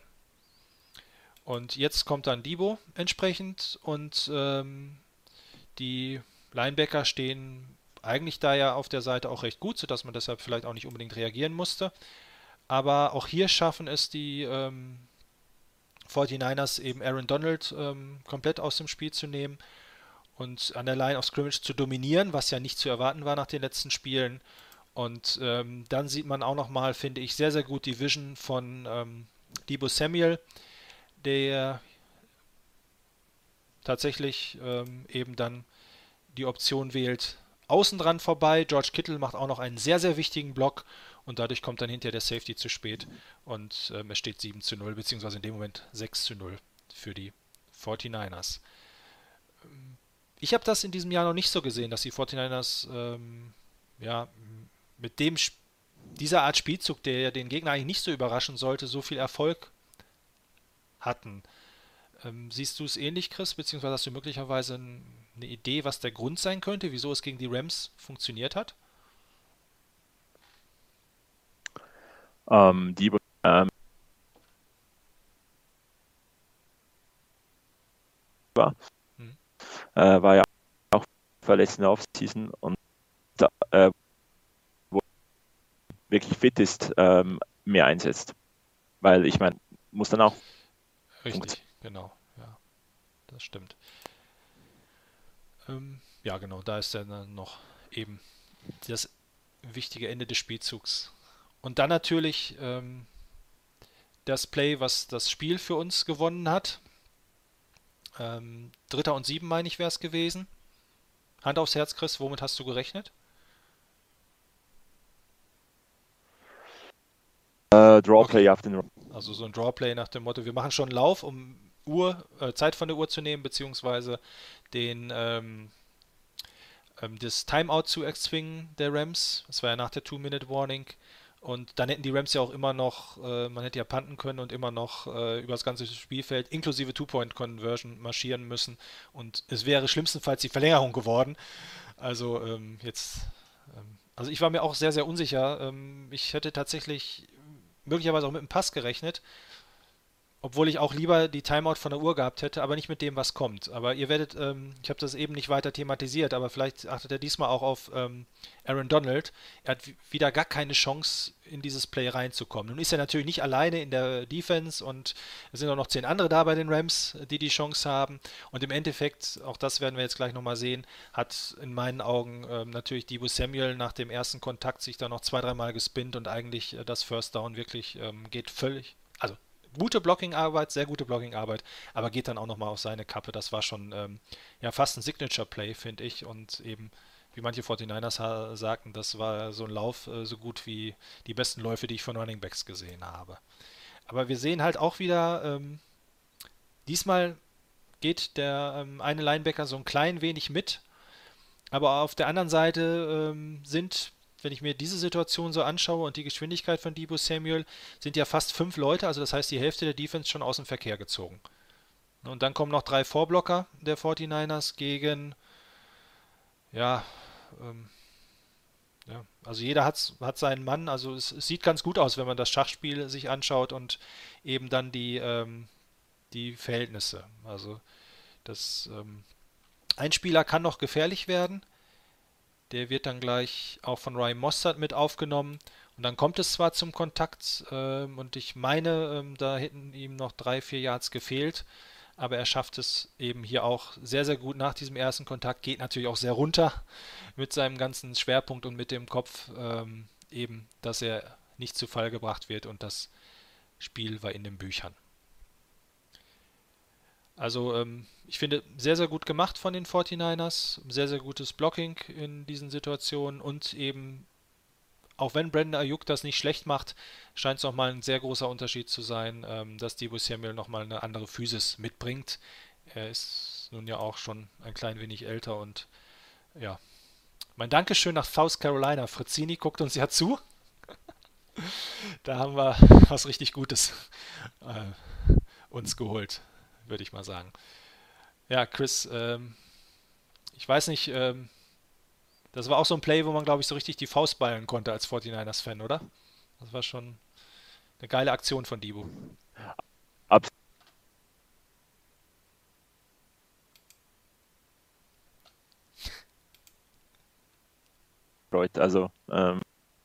Und jetzt kommt dann Deebo entsprechend und ähm, die Linebacker stehen eigentlich da ja auf der Seite auch recht gut, sodass man deshalb vielleicht auch nicht unbedingt reagieren musste. Aber auch hier schaffen es die ähm, forty-niners eben Aaron Donald ähm, komplett aus dem Spiel zu nehmen und an der Line of Scrimmage zu dominieren, was ja nicht zu erwarten war nach den letzten Spielen. Und ähm, dann sieht man auch nochmal, finde ich, sehr, sehr gut die Vision von ähm, Deebo Samuel, der tatsächlich ähm, eben dann die Option wählt, außen dran vorbei. George Kittle macht auch noch einen sehr, sehr wichtigen Block und dadurch kommt dann hinterher der Safety zu spät und ähm, es steht sieben zu null, beziehungsweise in dem Moment sechs zu null für die forty-niners. Ich habe das in diesem Jahr noch nicht so gesehen, dass die forty-niners ähm, ja, mit dem dieser Art Spielzug, der ja den Gegner eigentlich nicht so überraschen sollte, so viel Erfolg hatten. Ähm, siehst du es ähnlich, Chris, beziehungsweise hast du möglicherweise eine Idee, was der Grund sein könnte, wieso es gegen die Rams funktioniert hat? Ähm, die ähm, war, Hm. äh, war ja auch verletzt in der Offseason und da, äh, wo wirklich fit ist, ähm, mehr einsetzt. Weil ich meine, muss dann auch Richtig, genau, ja, das stimmt. Ähm, ja, genau, da ist dann noch eben das wichtige Ende des Spielzugs. Und dann natürlich ähm, das Play, was das Spiel für uns gewonnen hat. Ähm, Dritter und sieben, meine ich, wäre es gewesen. Hand aufs Herz, Chris, womit hast du gerechnet? äh, Drawplay Okay. auf den Also so ein Drawplay nach dem Motto, wir machen schon einen Lauf, um Uhr, äh, Zeit von der Uhr zu nehmen, beziehungsweise den ähm, ähm, das Timeout zu erzwingen der Rams. Das war ja nach der Two-Minute-Warning. Und dann hätten die Rams ja auch immer noch, äh, man hätte ja punten können und immer noch äh, über das ganze Spielfeld inklusive Two-Point-Conversion marschieren müssen. Und es wäre schlimmstenfalls die Verlängerung geworden. Also ähm, jetzt ähm, Also ich war mir auch sehr, sehr unsicher. Ähm, ich hätte tatsächlich möglicherweise auch mit einem Pass gerechnet. Obwohl ich auch lieber die Timeout von der Uhr gehabt hätte, aber nicht mit dem, was kommt. Aber ihr werdet, ähm, ich habe das eben nicht weiter thematisiert, aber vielleicht achtet er diesmal auch auf ähm, Aaron Donald. Er hat w- wieder gar keine Chance, in dieses Play reinzukommen. Nun ist er natürlich nicht alleine in der Defense und es sind auch noch zehn andere da bei den Rams, die die Chance haben. Und im Endeffekt, auch das werden wir jetzt gleich nochmal sehen, hat in meinen Augen ähm, natürlich Deebo Samuel nach dem ersten Kontakt sich da noch zwei, dreimal gespinnt und eigentlich äh, das First Down wirklich ähm, geht völlig, also gute Blocking-Arbeit, sehr gute Blocking-Arbeit, aber geht dann auch nochmal auf seine Kappe. Das war schon ähm, ja fast ein Signature-Play, finde ich. Und eben, wie manche forty-niners ha- sagten, das war so ein Lauf, äh, so gut wie die besten Läufe, die ich von Running Backs gesehen habe. Aber wir sehen halt auch wieder, ähm, diesmal geht der ähm, eine Linebacker so ein klein wenig mit, aber auf der anderen Seite ähm, sind, wenn ich mir diese Situation so anschaue und die Geschwindigkeit von Deebo Samuel, sind ja fast fünf Leute, also das heißt die Hälfte der Defense schon aus dem Verkehr gezogen. Und dann kommen noch drei Vorblocker der forty-niners gegen, ja, ähm, ja, also jeder hat, hat seinen Mann, also es, es sieht ganz gut aus, wenn man das Schachspiel sich anschaut und eben dann die, ähm, die Verhältnisse. Also das, ähm, ein Spieler kann noch gefährlich werden. Der wird dann gleich auch von Ryan Mostert mit aufgenommen. Und dann kommt es zwar zum Kontakt ähm, und ich meine, ähm, da hätten ihm noch drei, vier Yards gefehlt. Aber er schafft es eben hier auch sehr, sehr gut nach diesem ersten Kontakt. Geht natürlich auch sehr runter mit seinem ganzen Schwerpunkt und mit dem Kopf ähm, eben, dass er nicht zu Fall gebracht wird. Und das Spiel war in den Büchern. Also ähm, ich finde, sehr, sehr gut gemacht von den forty-niners. Sehr, sehr gutes Blocking in diesen Situationen und eben, auch wenn Brandon Ayuk das nicht schlecht macht, scheint es nochmal ein sehr großer Unterschied zu sein, ähm, dass Deebo Samuel nochmal eine andere Physis mitbringt. Er ist nun ja auch schon ein klein wenig älter und ja. Mein Dankeschön nach South Carolina. Frizzini guckt uns ja zu. Da haben wir was richtig Gutes äh, uns geholt, würde ich mal sagen. Ja, Chris, ähm, ich weiß nicht, ähm, das war auch so ein Play, wo man, glaube ich, so richtig die Faust ballen konnte als forty-niners-Fan, oder? Das war schon eine geile Aktion von Deebo. Absolut. Also ähm,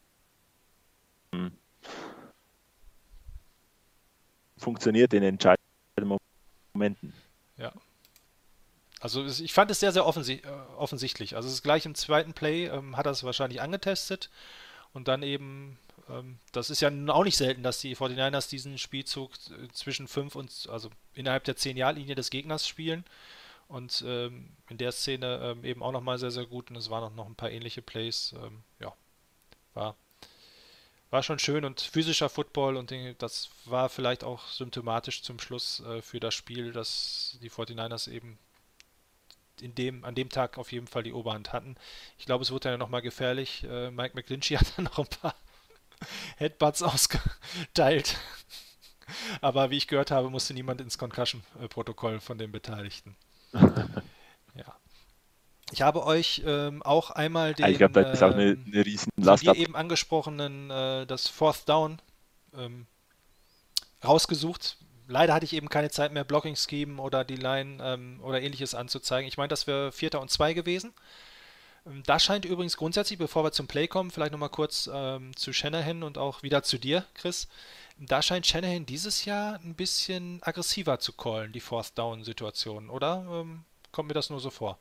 funktioniert in entscheidenden Momenten. Ja. Also es- ich fand es sehr, sehr offensi äh, offensichtlich. Also es ist gleich im zweiten Play, ähm, hat er es wahrscheinlich angetestet und dann eben, ähm, das ist ja nun auch nicht selten, dass die forty-niners diesen Spielzug äh, zwischen fünf und, also innerhalb der zehn-Yard-Linie des Gegners spielen und ähm, in der Szene ähm, eben auch nochmal sehr, sehr gut und es waren auch noch ein paar ähnliche Plays. Ähm, ja, war, war schon schön und physischer Football und den- das war vielleicht auch symptomatisch zum Schluss äh, für das Spiel, dass die forty-niners eben in dem, an dem Tag auf jeden Fall die Oberhand hatten. Ich glaube, es wurde ja nochmal gefährlich. Äh, Mike McGlinchey hat dann noch ein paar Headbutts ausgeteilt. Aber wie ich gehört habe, musste niemand ins Concussion-Protokoll von den Beteiligten. Ja. Ich habe euch ähm, auch einmal Ja, ich den glaube, da ist auch eine, ähm, eine riesen von Last dir ab. eben angesprochenen, äh, das Fourth Down ähm, rausgesucht. Leider hatte ich eben keine Zeit mehr, Blocking Scheme oder die Line ähm, oder ähnliches anzuzeigen. Ich meine, das wäre Vierter und Zwei gewesen. Ähm, Da scheint übrigens grundsätzlich, bevor wir zum Play kommen, vielleicht nochmal kurz ähm, zu Shanahan und auch wieder zu dir, Chris. Da scheint Shanahan dieses Jahr ein bisschen aggressiver zu callen, die Fourth Down-Situation, oder? Ähm, kommt mir das nur so vor?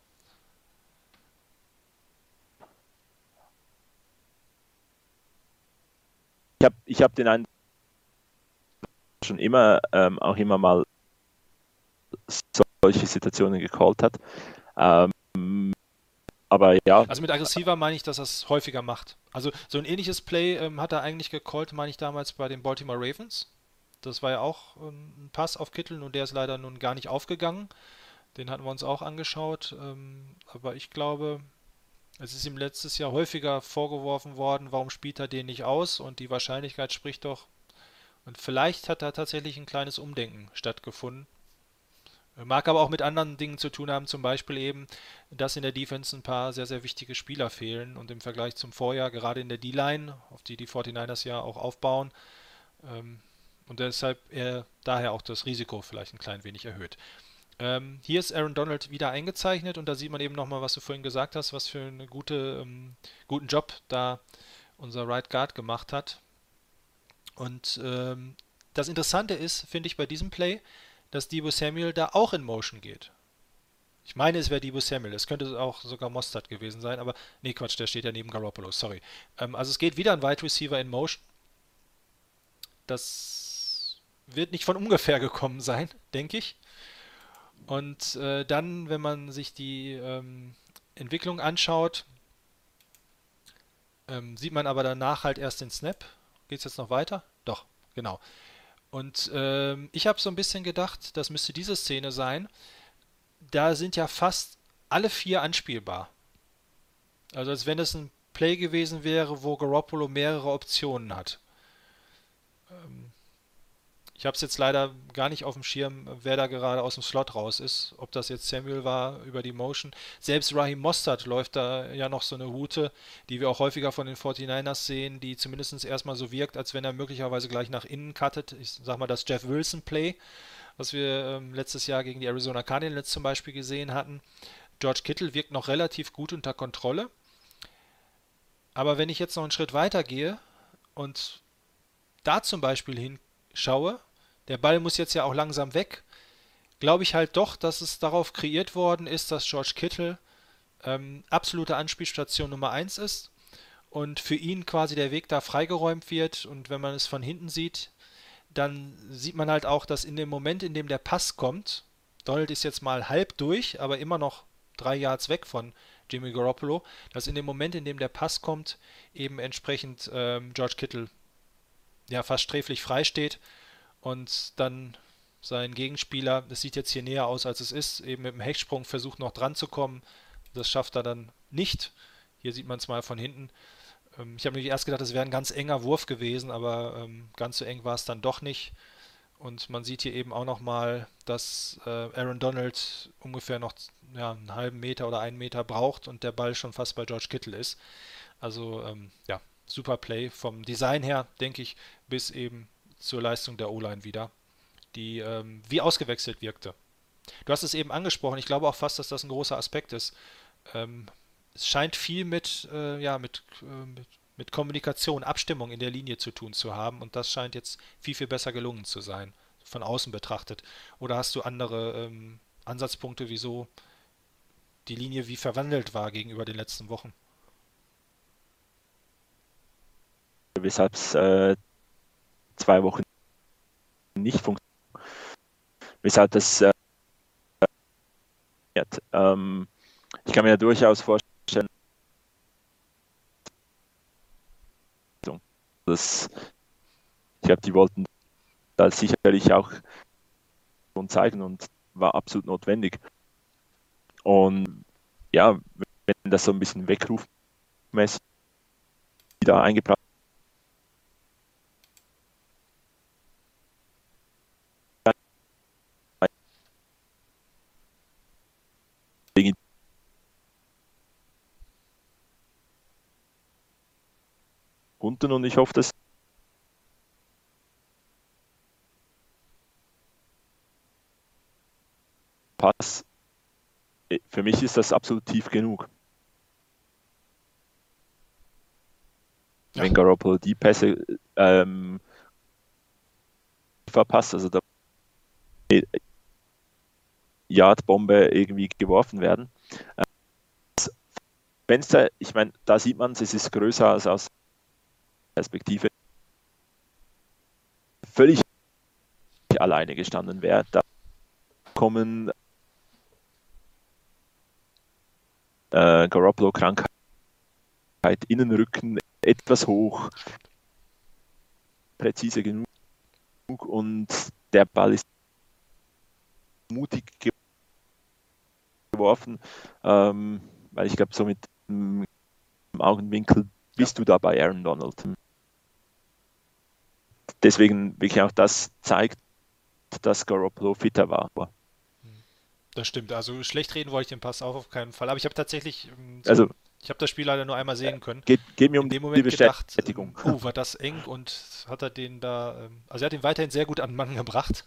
Ich habe ich hab den Eindruck, schon immer ähm, auch immer mal solche Situationen gecallt hat. Ähm, aber ja, Also mit aggressiver meine ich, dass er es häufiger macht. Also so ein ähnliches Play ähm, hat er eigentlich gecallt, meine ich damals bei den Baltimore Ravens. Das war ja auch ähm, ein Pass auf Kittel und der ist leider nun gar nicht aufgegangen. Den hatten wir uns auch angeschaut. Ähm, aber ich glaube, es ist ihm letztes Jahr häufiger vorgeworfen worden, warum spielt er den nicht aus? Und die Wahrscheinlichkeit spricht doch. Und vielleicht hat da tatsächlich ein kleines Umdenken stattgefunden. Mag aber auch mit anderen Dingen zu tun haben, zum Beispiel eben, dass in der Defense ein paar sehr, sehr wichtige Spieler fehlen und im Vergleich zum Vorjahr, gerade in der D-Line, auf die die forty-niners ja auch aufbauen, ähm, und deshalb er daher auch das Risiko vielleicht ein klein wenig erhöht. Ähm, hier ist Aaron Donald wieder eingezeichnet und da sieht man eben nochmal, was du vorhin gesagt hast, was für einen gute, ähm, guten Job da unser Right Guard gemacht hat. Und ähm, das Interessante ist, finde ich, bei diesem Play, dass Deebo Samuel da auch in Motion geht. Ich meine, es wäre Deebo Samuel. Es könnte auch sogar Mostert gewesen sein, aber nee, Quatsch, der steht ja neben Garoppolo, sorry. Ähm, also es geht wieder ein Wide Receiver in Motion. Das wird nicht von ungefähr gekommen sein, denke ich. Und äh, dann, wenn man sich die ähm, Entwicklung anschaut, ähm, sieht man aber danach halt erst den Snap. Geht es jetzt noch weiter? Doch, genau. Und ähm, ich habe so ein bisschen gedacht, das müsste diese Szene sein. Da sind ja fast alle vier anspielbar. Also als wenn es ein Play gewesen wäre, wo Garoppolo mehrere Optionen hat. Ähm, ich habe es jetzt leider gar nicht auf dem Schirm, wer da gerade aus dem Slot raus ist. Ob das jetzt Samuel war über die Motion. Selbst Raheem Mostert läuft da ja noch so eine Route, die wir auch häufiger von den forty-niners sehen, die zumindest erstmal so wirkt, als wenn er möglicherweise gleich nach innen cuttet. Ich sag mal das Jeff Wilson Play, was wir ähm, letztes Jahr gegen die Arizona Cardinals zum Beispiel gesehen hatten. George Kittle wirkt noch relativ gut unter Kontrolle. Aber wenn ich jetzt noch einen Schritt weiter gehe und da zum Beispiel hinschaue, der Ball muss jetzt ja auch langsam weg, glaube ich halt doch, dass es darauf kreiert worden ist, dass George Kittle ähm, absolute Anspielstation Nummer eins ist und für ihn quasi der Weg da freigeräumt wird. Und wenn man es von hinten sieht, dann sieht man halt auch, dass in dem Moment, in dem der Pass kommt, Donald ist jetzt mal halb durch, aber immer noch drei Yards weg von Jimmy Garoppolo, dass in dem Moment, in dem der Pass kommt, eben entsprechend ähm, George Kittle ja fast sträflich frei steht und dann sein Gegenspieler, das sieht jetzt hier näher aus, als es ist, eben mit dem Hechtsprung versucht noch dran zu kommen. Das schafft er dann nicht. Hier sieht man es mal von hinten. Ähm, ich habe mir erst gedacht, es wäre ein ganz enger Wurf gewesen, aber ähm, ganz so eng war es dann doch nicht. Und man sieht hier eben auch nochmal, dass äh, Aaron Donald ungefähr noch ja, einen halben Meter oder einen Meter braucht und der Ball schon fast bei George Kittle ist. Also ähm, ja, super Play vom Design her, denke ich, bis eben zur Leistung der O-Line wieder, die ähm, wie ausgewechselt wirkte. Du hast es eben angesprochen, ich glaube auch fast, dass das ein großer Aspekt ist. Ähm, es scheint viel mit, äh, ja, mit, äh, mit, mit Kommunikation, Abstimmung in der Linie zu tun zu haben und das scheint jetzt viel, viel besser gelungen zu sein, von außen betrachtet. Oder hast du andere ähm, Ansatzpunkte, wieso die Linie wie verwandelt war gegenüber den letzten Wochen? Weshalb es äh, zwei Wochen nicht funktioniert. Weshalb das äh, ähm, ich kann mir ja durchaus vorstellen, dass ich glaube, die wollten da sicherlich auch zeigen und war absolut notwendig. Und ja, wenn das so ein bisschen weckrufmäßig wieder eingebracht unten und ich hoffe, dass Pass, für mich ist das absolut tief genug. Ja. Wenn Garoppolo die Pässe ähm, verpasst, also da Yardbombe irgendwie geworfen werden. Das Fenster, ich meine, da sieht man es, es ist größer als aus Perspektive. Völlig alleine gestanden wäre. Da kommen äh, Garoppolo-Krankheit, Innenrücken etwas hoch, präzise genug und der Ball ist mutig geworfen, ähm, weil ich glaube, so mit dem Augenwinkel bist ja. du da bei Aaron Donald. Deswegen wirklich auch das zeigt, dass Garoppolo fitter war. Das stimmt. Also schlecht reden wollte ich den Pass auch auf keinen Fall. Aber ich habe tatsächlich, ähm, so, Also ich habe das Spiel leider nur einmal sehen können. geht, geht mir In um dem die Moment gedacht, Bestätigung. ähm, oh, war das eng und hat er den da, ähm, also er hat ihn weiterhin sehr gut an den Mann gebracht.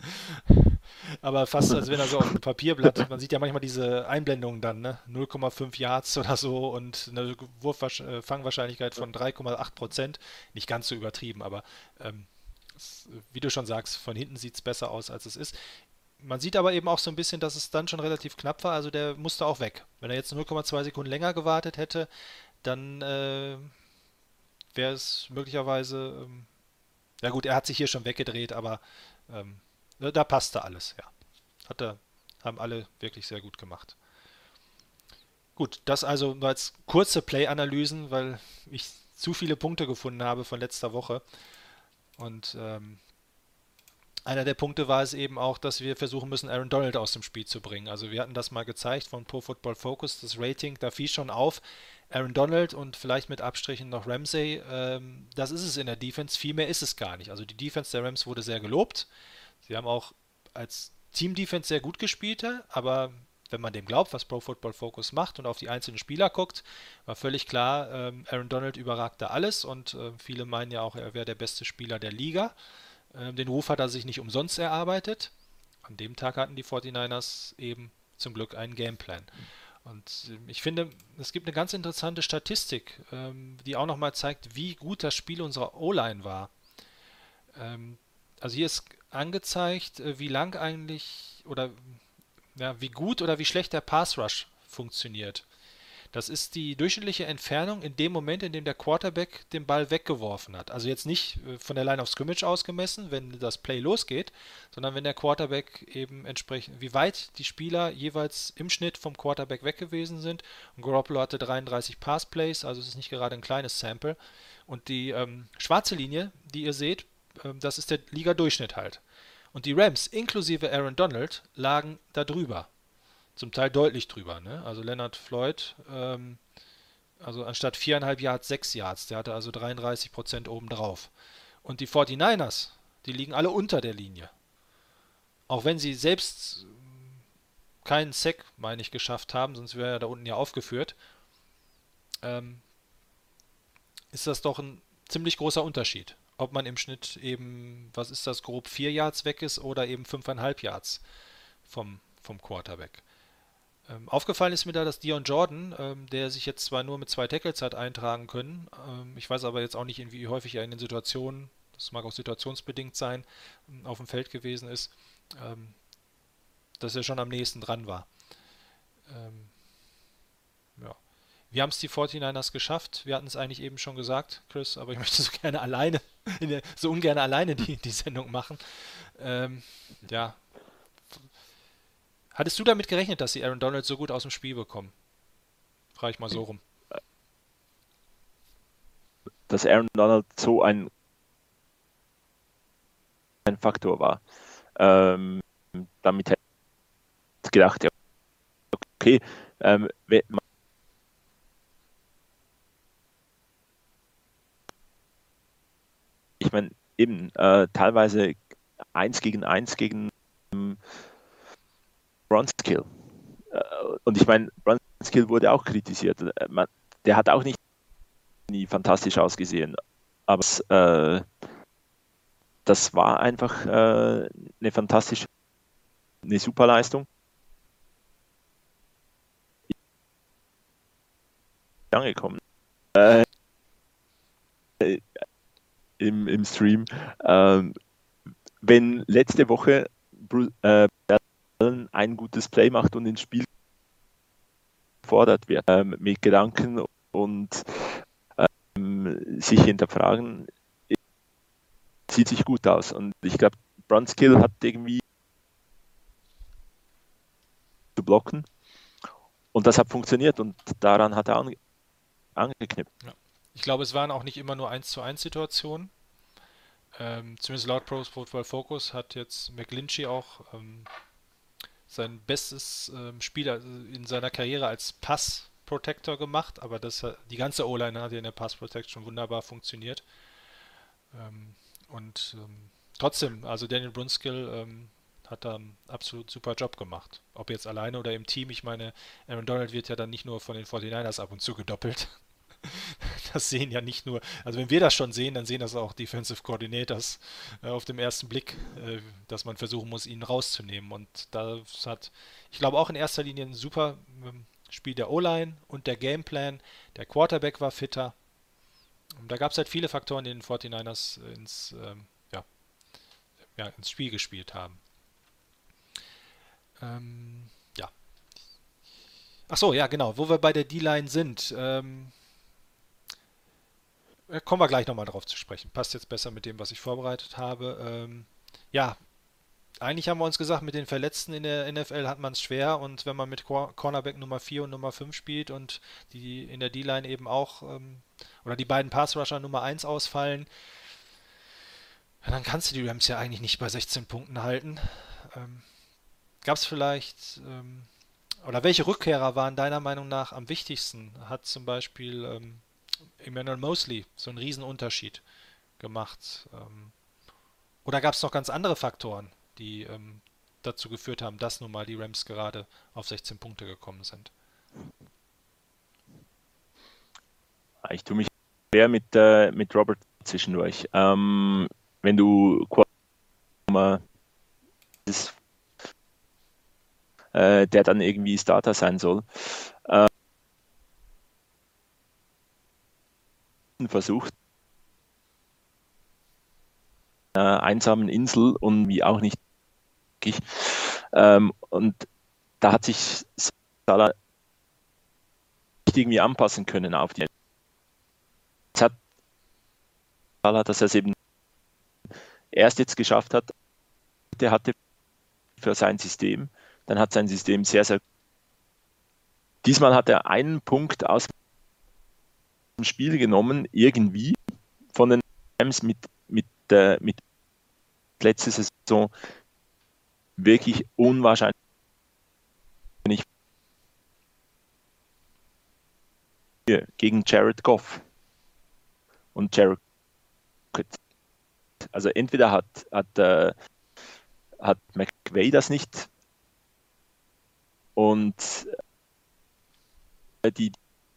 Aber fast, als wenn er so auf dem Papierblatt, man sieht ja manchmal diese Einblendungen dann, ne? null Komma fünf Yards oder so und eine Wurffangwahrscheinlichkeit von drei Komma acht Prozent. Nicht ganz so übertrieben, aber ähm, es, wie du schon sagst, von hinten sieht es besser aus, als es ist. Man sieht aber eben auch so ein bisschen, dass es dann schon relativ knapp war, also der musste auch weg. Wenn er jetzt null Komma zwei Sekunden länger gewartet hätte, dann äh, wäre es möglicherweise, ähm, ja gut, er hat sich hier schon weggedreht, aber ähm, da passte alles, ja. Hat er, haben alle wirklich sehr gut gemacht. Gut, das also nur als kurze Play-Analysen, weil ich zu viele Punkte gefunden habe von letzter Woche. Und ähm, einer der Punkte war es eben auch, dass wir versuchen müssen, Aaron Donald aus dem Spiel zu bringen. Also wir hatten das mal gezeigt von Pro Football Focus, das Rating, da fiel schon auf, Aaron Donald und vielleicht mit Abstrichen noch Ramsey, ähm, das ist es in der Defense, viel mehr ist es gar nicht. Also die Defense der Rams wurde sehr gelobt. Sie haben auch als Team-Defense sehr gut gespielt, aber wenn man dem glaubt, was Pro Football Focus macht und auf die einzelnen Spieler guckt, war völlig klar, ähm, Aaron Donald überragte alles und äh, viele meinen ja auch, er wäre der beste Spieler der Liga. Ähm, den Ruf hat er sich nicht umsonst erarbeitet. An dem Tag hatten die forty-niners eben zum Glück einen Gameplan. Und äh, ich finde, es gibt eine ganz interessante Statistik, ähm, die auch nochmal zeigt, wie gut das Spiel unserer O-Line war. Ähm, also hier ist angezeigt, äh, wie lang eigentlich oder ja, wie gut oder wie schlecht der Pass Rush funktioniert. Das ist die durchschnittliche Entfernung in dem Moment, in dem der Quarterback den Ball weggeworfen hat. Also jetzt nicht äh, von der Line of Scrimmage ausgemessen, wenn das Play losgeht, sondern wenn der Quarterback eben entsprechend, wie weit die Spieler jeweils im Schnitt vom Quarterback weg gewesen sind. Und Garoppolo hatte dreiunddreißig Pass-Plays, also es ist nicht gerade ein kleines Sample. Und die ähm, schwarze Linie, die ihr seht, ähm, das ist der Liga-Durchschnitt halt. Und die Rams, inklusive Aaron Donald, lagen da drüber. Zum Teil deutlich drüber. Ne? Also Leonard Floyd, ähm, also anstatt viereinhalb Yards, sechs Yards. Der hatte also dreiunddreißig Prozent obendrauf. Und die forty-niners, die liegen alle unter der Linie. Auch wenn sie selbst keinen Sack, meine ich, geschafft haben, sonst wäre er da unten ja aufgeführt, ähm, ist das doch ein ziemlich großer Unterschied. Ob man im Schnitt eben, was ist das, grob vier Yards weg ist oder eben fünfeinhalb Yards vom, vom Quarterback. Ähm, aufgefallen ist mir da, dass Dion Jordan, ähm, der sich jetzt zwar nur mit zwei Tackles hat eintragen können, ähm, ich weiß aber jetzt auch nicht, wie häufig er in den Situationen, das mag auch situationsbedingt sein, auf dem Feld gewesen ist, ähm, dass er schon am nächsten dran war. Ähm, ja. Wir haben es die forty-niners geschafft. Wir hatten es eigentlich eben schon gesagt, Chris, aber ich möchte so gerne alleine, so ungern alleine die, die Sendung machen. Ähm, ja. Hattest du damit gerechnet, dass sie Aaron Donald so gut aus dem Spiel bekommen? Frage ich mal so rum. Dass Aaron Donald so ein, ein Faktor war. Ähm, damit hätte ich gedacht, ja, okay, ähm, ich meine, eben äh, teilweise eins gegen eins gegen ähm, Bronskill. Äh, und ich meine, Bronskill wurde auch kritisiert. Äh, man, der hat auch nicht nie fantastisch ausgesehen. Aber es, äh, das war einfach äh, eine fantastische, eine super Leistung. Angekommen. Äh, im, im Stream. Ähm, wenn letzte Woche Bruce, äh, ein gutes Play macht und ins Spiel gefordert wird, ähm, mit Gedanken und ähm, sich hinterfragen, sieht sich gut aus. Und ich glaube, Brunskill hat irgendwie zu blocken und das hat funktioniert und daran hat er ange angeknüpft. Ja. Ich glaube, es waren auch nicht immer nur eins zu eins Situationen. Ähm, zumindest laut Pro Football Focus hat jetzt McGlinchey auch ähm, sein bestes ähm, Spiel in seiner Karriere als Pass-Protector gemacht, aber das hat, die ganze O-Line hat ja in der Pass-Protection wunderbar funktioniert. Ähm, und ähm, trotzdem, also Daniel Brunskill, ähm, hat da einen absolut super Job gemacht. Ob jetzt alleine oder im Team. Ich meine, Aaron Donald wird ja dann nicht nur von den forty-niners ab und zu gedoppelt. Das sehen ja nicht nur, also wenn wir das schon sehen, dann sehen das auch Defensive Coordinators äh, auf dem ersten Blick, äh, dass man versuchen muss, ihn rauszunehmen. Und das hat, ich glaube, auch in erster Linie ein super ähm, Spiel der O-Line und der Gameplan. Der Quarterback war fitter. Und da gab es halt viele Faktoren, die den forty-niners ins, ähm, ja, ja, ins Spiel gespielt haben. Ähm, ja. Ach so, ja, genau. Wo wir bei der D-Line sind, ähm, kommen wir gleich nochmal drauf zu sprechen. Passt jetzt besser mit dem, was ich vorbereitet habe. Ähm, ja, eigentlich haben wir uns gesagt, mit den Verletzten in der N F L hat man es schwer und wenn man mit Cornerback Nummer vier und Nummer fünf spielt und die in der D-Line eben auch ähm, oder die beiden Pass-Rusher Nummer eins ausfallen, ja, dann kannst du die Rams ja eigentlich nicht bei sechzehn Punkten halten. Ähm, Gab es vielleicht, ähm, oder welche Rückkehrer waren deiner Meinung nach am wichtigsten? Hat zum Beispiel ähm, Emmanuel Mosley so einen riesen Unterschied gemacht? Ähm, oder gab es noch ganz andere Faktoren, die ähm, dazu geführt haben, dass nun mal die Rams gerade auf sechzehn Punkte gekommen sind? Ich tue mich schwer mit, äh, mit Robert zwischendurch. Ähm, wenn du ist, äh, der dann irgendwie Starter sein soll, äh, versucht, äh, einsamen Insel und wie auch nicht ähm, und da hat sich Salah nicht irgendwie anpassen können auf die. Jetzt hat Salah, dass er es eben erst jetzt geschafft hat, der hatte für sein System, dann hat sein System sehr, sehr diesmal hat er einen Punkt aus dem Spiel genommen, irgendwie von den Rams mit, mit, äh, mit letzter Saison wirklich unwahrscheinlich gegen Jared Goff. Und Jared, also entweder hat, hat, äh, hat McVay das nicht und äh, die,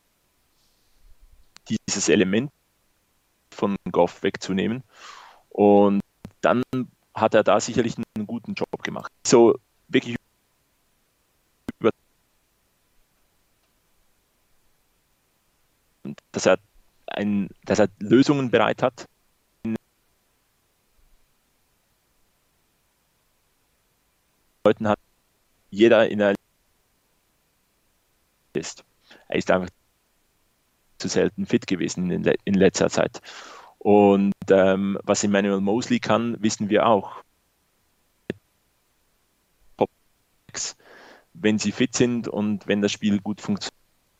dieses Element von Goff wegzunehmen und dann hat er da sicherlich einen guten Job gemacht. So wirklich über dass er ein, dass er Lösungen bereit hat. Leuten hat jeder in der ist. Er ist einfach zu selten fit gewesen in, in letzter Zeit. Und ähm, was Emmanuel Mosley kann, wissen wir auch. Wenn sie fit sind und wenn das Spiel gut funktioniert.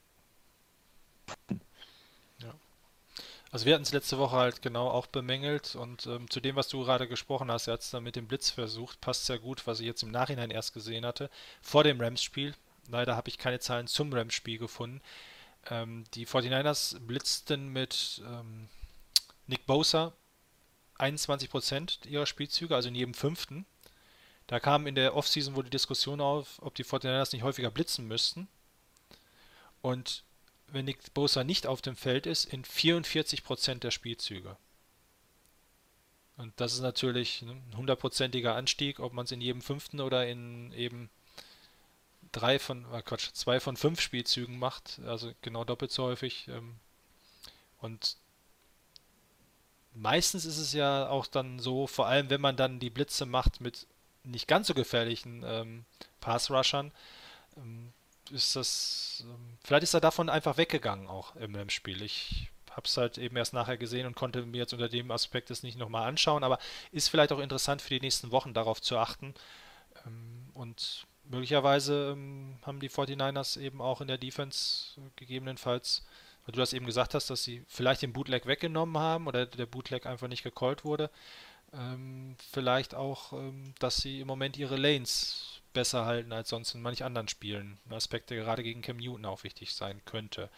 Ja. Also wir hatten es letzte Woche halt genau auch bemängelt und ähm, zu dem, was du gerade gesprochen hast, er hat es dann mit dem Blitz versucht, passt sehr gut, was ich jetzt im Nachhinein erst gesehen hatte, vor dem Rams-Spiel. Leider habe ich keine Zahlen zum Rams-Spiel gefunden. Ähm, die forty-niners blitzten mit ähm, Nick Bosa einundzwanzig Prozent ihrer Spielzüge, also in jedem fünften. Da kam in der Offseason wohl die Diskussion auf, ob die forty-niners nicht häufiger blitzen müssten. Und wenn Nick Bosa nicht auf dem Feld ist, in vierundvierzig Prozent der Spielzüge. Und das ist natürlich ein hundertprozentiger Anstieg, ob man es in jedem fünften oder in eben drei von, äh Quatsch, zwei von fünf Spielzügen macht, also genau doppelt so häufig. Ähm, und meistens ist es ja auch dann so, vor allem wenn man dann die Blitze macht mit nicht ganz so gefährlichen ähm, Pass-Rushern, ähm, ist das, ähm, vielleicht ist er davon einfach weggegangen auch im, im Spiel. Ich habe es halt eben erst nachher gesehen und konnte mir jetzt unter dem Aspekt es nicht nochmal anschauen, aber ist vielleicht auch interessant für die nächsten Wochen darauf zu achten. Ähm, und möglicherweise ähm, haben die forty-niners eben auch in der Defense äh, gegebenenfalls, weil du das eben gesagt hast, dass sie vielleicht den Bootleg weggenommen haben oder der Bootleg einfach nicht gecallt wurde, ähm, vielleicht auch, ähm, dass sie im Moment ihre Lanes besser halten als sonst in manch anderen Spielen. Ein Aspekt, der gerade gegen Cam Newton auch wichtig sein könnte.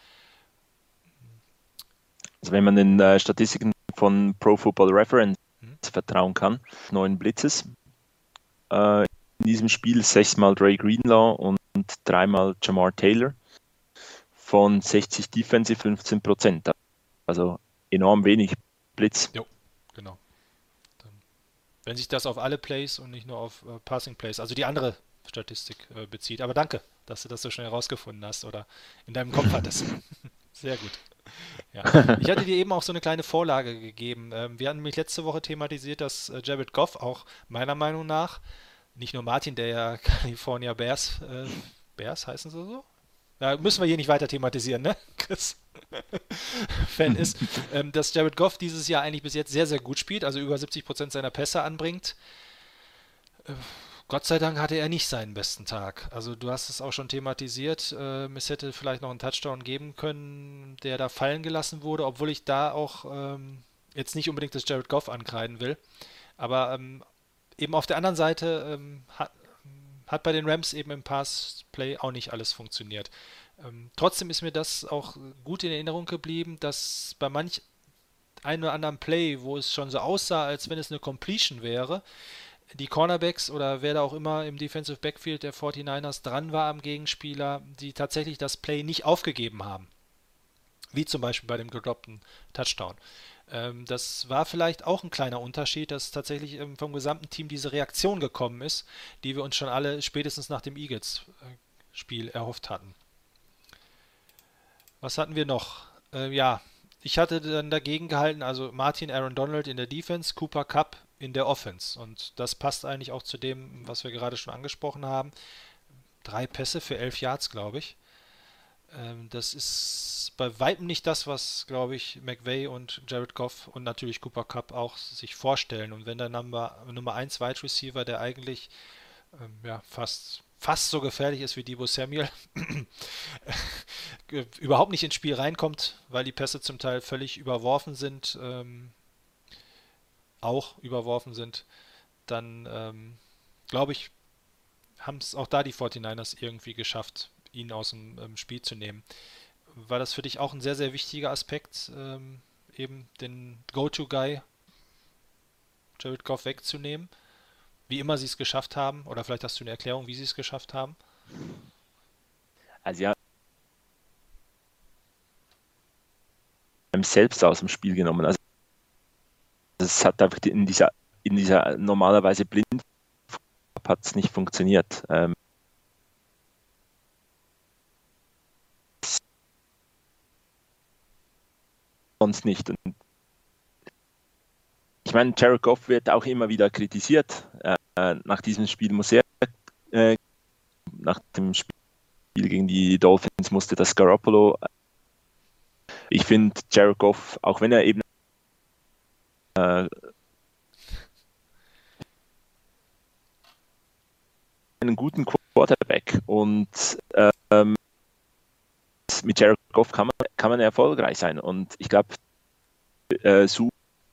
Also wenn man den äh, Statistiken von Pro Football Reference hm? vertrauen kann, neun Blitzes, äh, diesem Spiel sechsmal Dre Greenlaw und dreimal Jamar Taylor. Von sechzig Defensive fünfzehn Prozent. Also enorm wenig Blitz. Jo, genau. Dann, wenn sich das auf alle Plays und nicht nur auf äh, Passing Plays, also die andere Statistik äh, bezieht. Aber danke, dass du das so schnell herausgefunden hast oder in deinem Kopf hattest. Sehr gut. Ja. Ich hatte dir eben auch so eine kleine Vorlage gegeben. Ähm, wir hatten nämlich letzte Woche thematisiert, dass äh, Jared Goff auch meiner Meinung nach, nicht nur Martin, der ja California Bears, äh, Bears heißen sie so? Da müssen wir hier nicht weiter thematisieren, ne, Chris? Fan ist, ähm, dass Jared Goff dieses Jahr eigentlich bis jetzt sehr, sehr gut spielt, also über siebzig Prozent seiner Pässe anbringt. Äh, Gott sei Dank hatte er nicht seinen besten Tag. Also du hast es auch schon thematisiert, äh, es hätte vielleicht noch einen Touchdown geben können, der da fallen gelassen wurde, obwohl ich da auch ähm, jetzt nicht unbedingt das Jared Goff ankreiden will. Aber ähm, eben auf der anderen Seite ähm, hat Hat bei den Rams eben im Pass-Play auch nicht alles funktioniert. Ähm, trotzdem ist mir das auch gut in Erinnerung geblieben, dass bei manch ein oder anderen Play, wo es schon so aussah, als wenn es eine Completion wäre, die Cornerbacks oder wer da auch immer im Defensive Backfield der forty-niners dran war am Gegenspieler, die tatsächlich das Play nicht aufgegeben haben. Wie zum Beispiel bei dem gedroppten Touchdown. Das war vielleicht auch ein kleiner Unterschied, dass tatsächlich vom gesamten Team diese Reaktion gekommen ist, die wir uns schon alle spätestens nach dem Eagles-Spiel erhofft hatten. Was hatten wir noch? Äh, ja, ich hatte dann dagegen gehalten, also Martin Aaron Donald in der Defense, Cooper Kupp in der Offense. Und das passt eigentlich auch zu dem, was wir gerade schon angesprochen haben. Drei Pässe für elf Yards, glaube ich. Das ist bei weitem nicht das, was, glaube ich, McVay und Jared Goff und natürlich Cooper Kupp auch sich vorstellen. Und wenn der Nummer, Nummer eins Wide Receiver, der eigentlich ähm, ja, fast, fast so gefährlich ist wie Deebo Samuel, überhaupt nicht ins Spiel reinkommt, weil die Pässe zum Teil völlig überworfen sind, ähm, auch überworfen sind, dann ähm, glaube ich, haben es auch da die forty-niners irgendwie geschafft, ihn aus dem ähm, Spiel zu nehmen. War das für dich auch ein sehr, sehr wichtiger Aspekt, ähm, eben den Go-To-Guy Jared Goff wegzunehmen? Wie immer sie es geschafft haben? Oder vielleicht hast du eine Erklärung, wie sie es geschafft haben? Also ja, selbst aus dem Spiel genommen. Also es hat einfach in dieser, in dieser normalerweise blind hat es nicht funktioniert. Ähm, sonst nicht. Und ich meine, Jared Goff wird auch immer wieder kritisiert. Äh, nach diesem Spiel muss er, äh, nach dem Spiel gegen die Dolphins musste das Garoppolo. Ich finde Jared Goff, auch wenn er eben äh, einen guten Quarterback und ähm, mit Jared Goff kann man, kann man erfolgreich sein. Und ich glaube, äh, so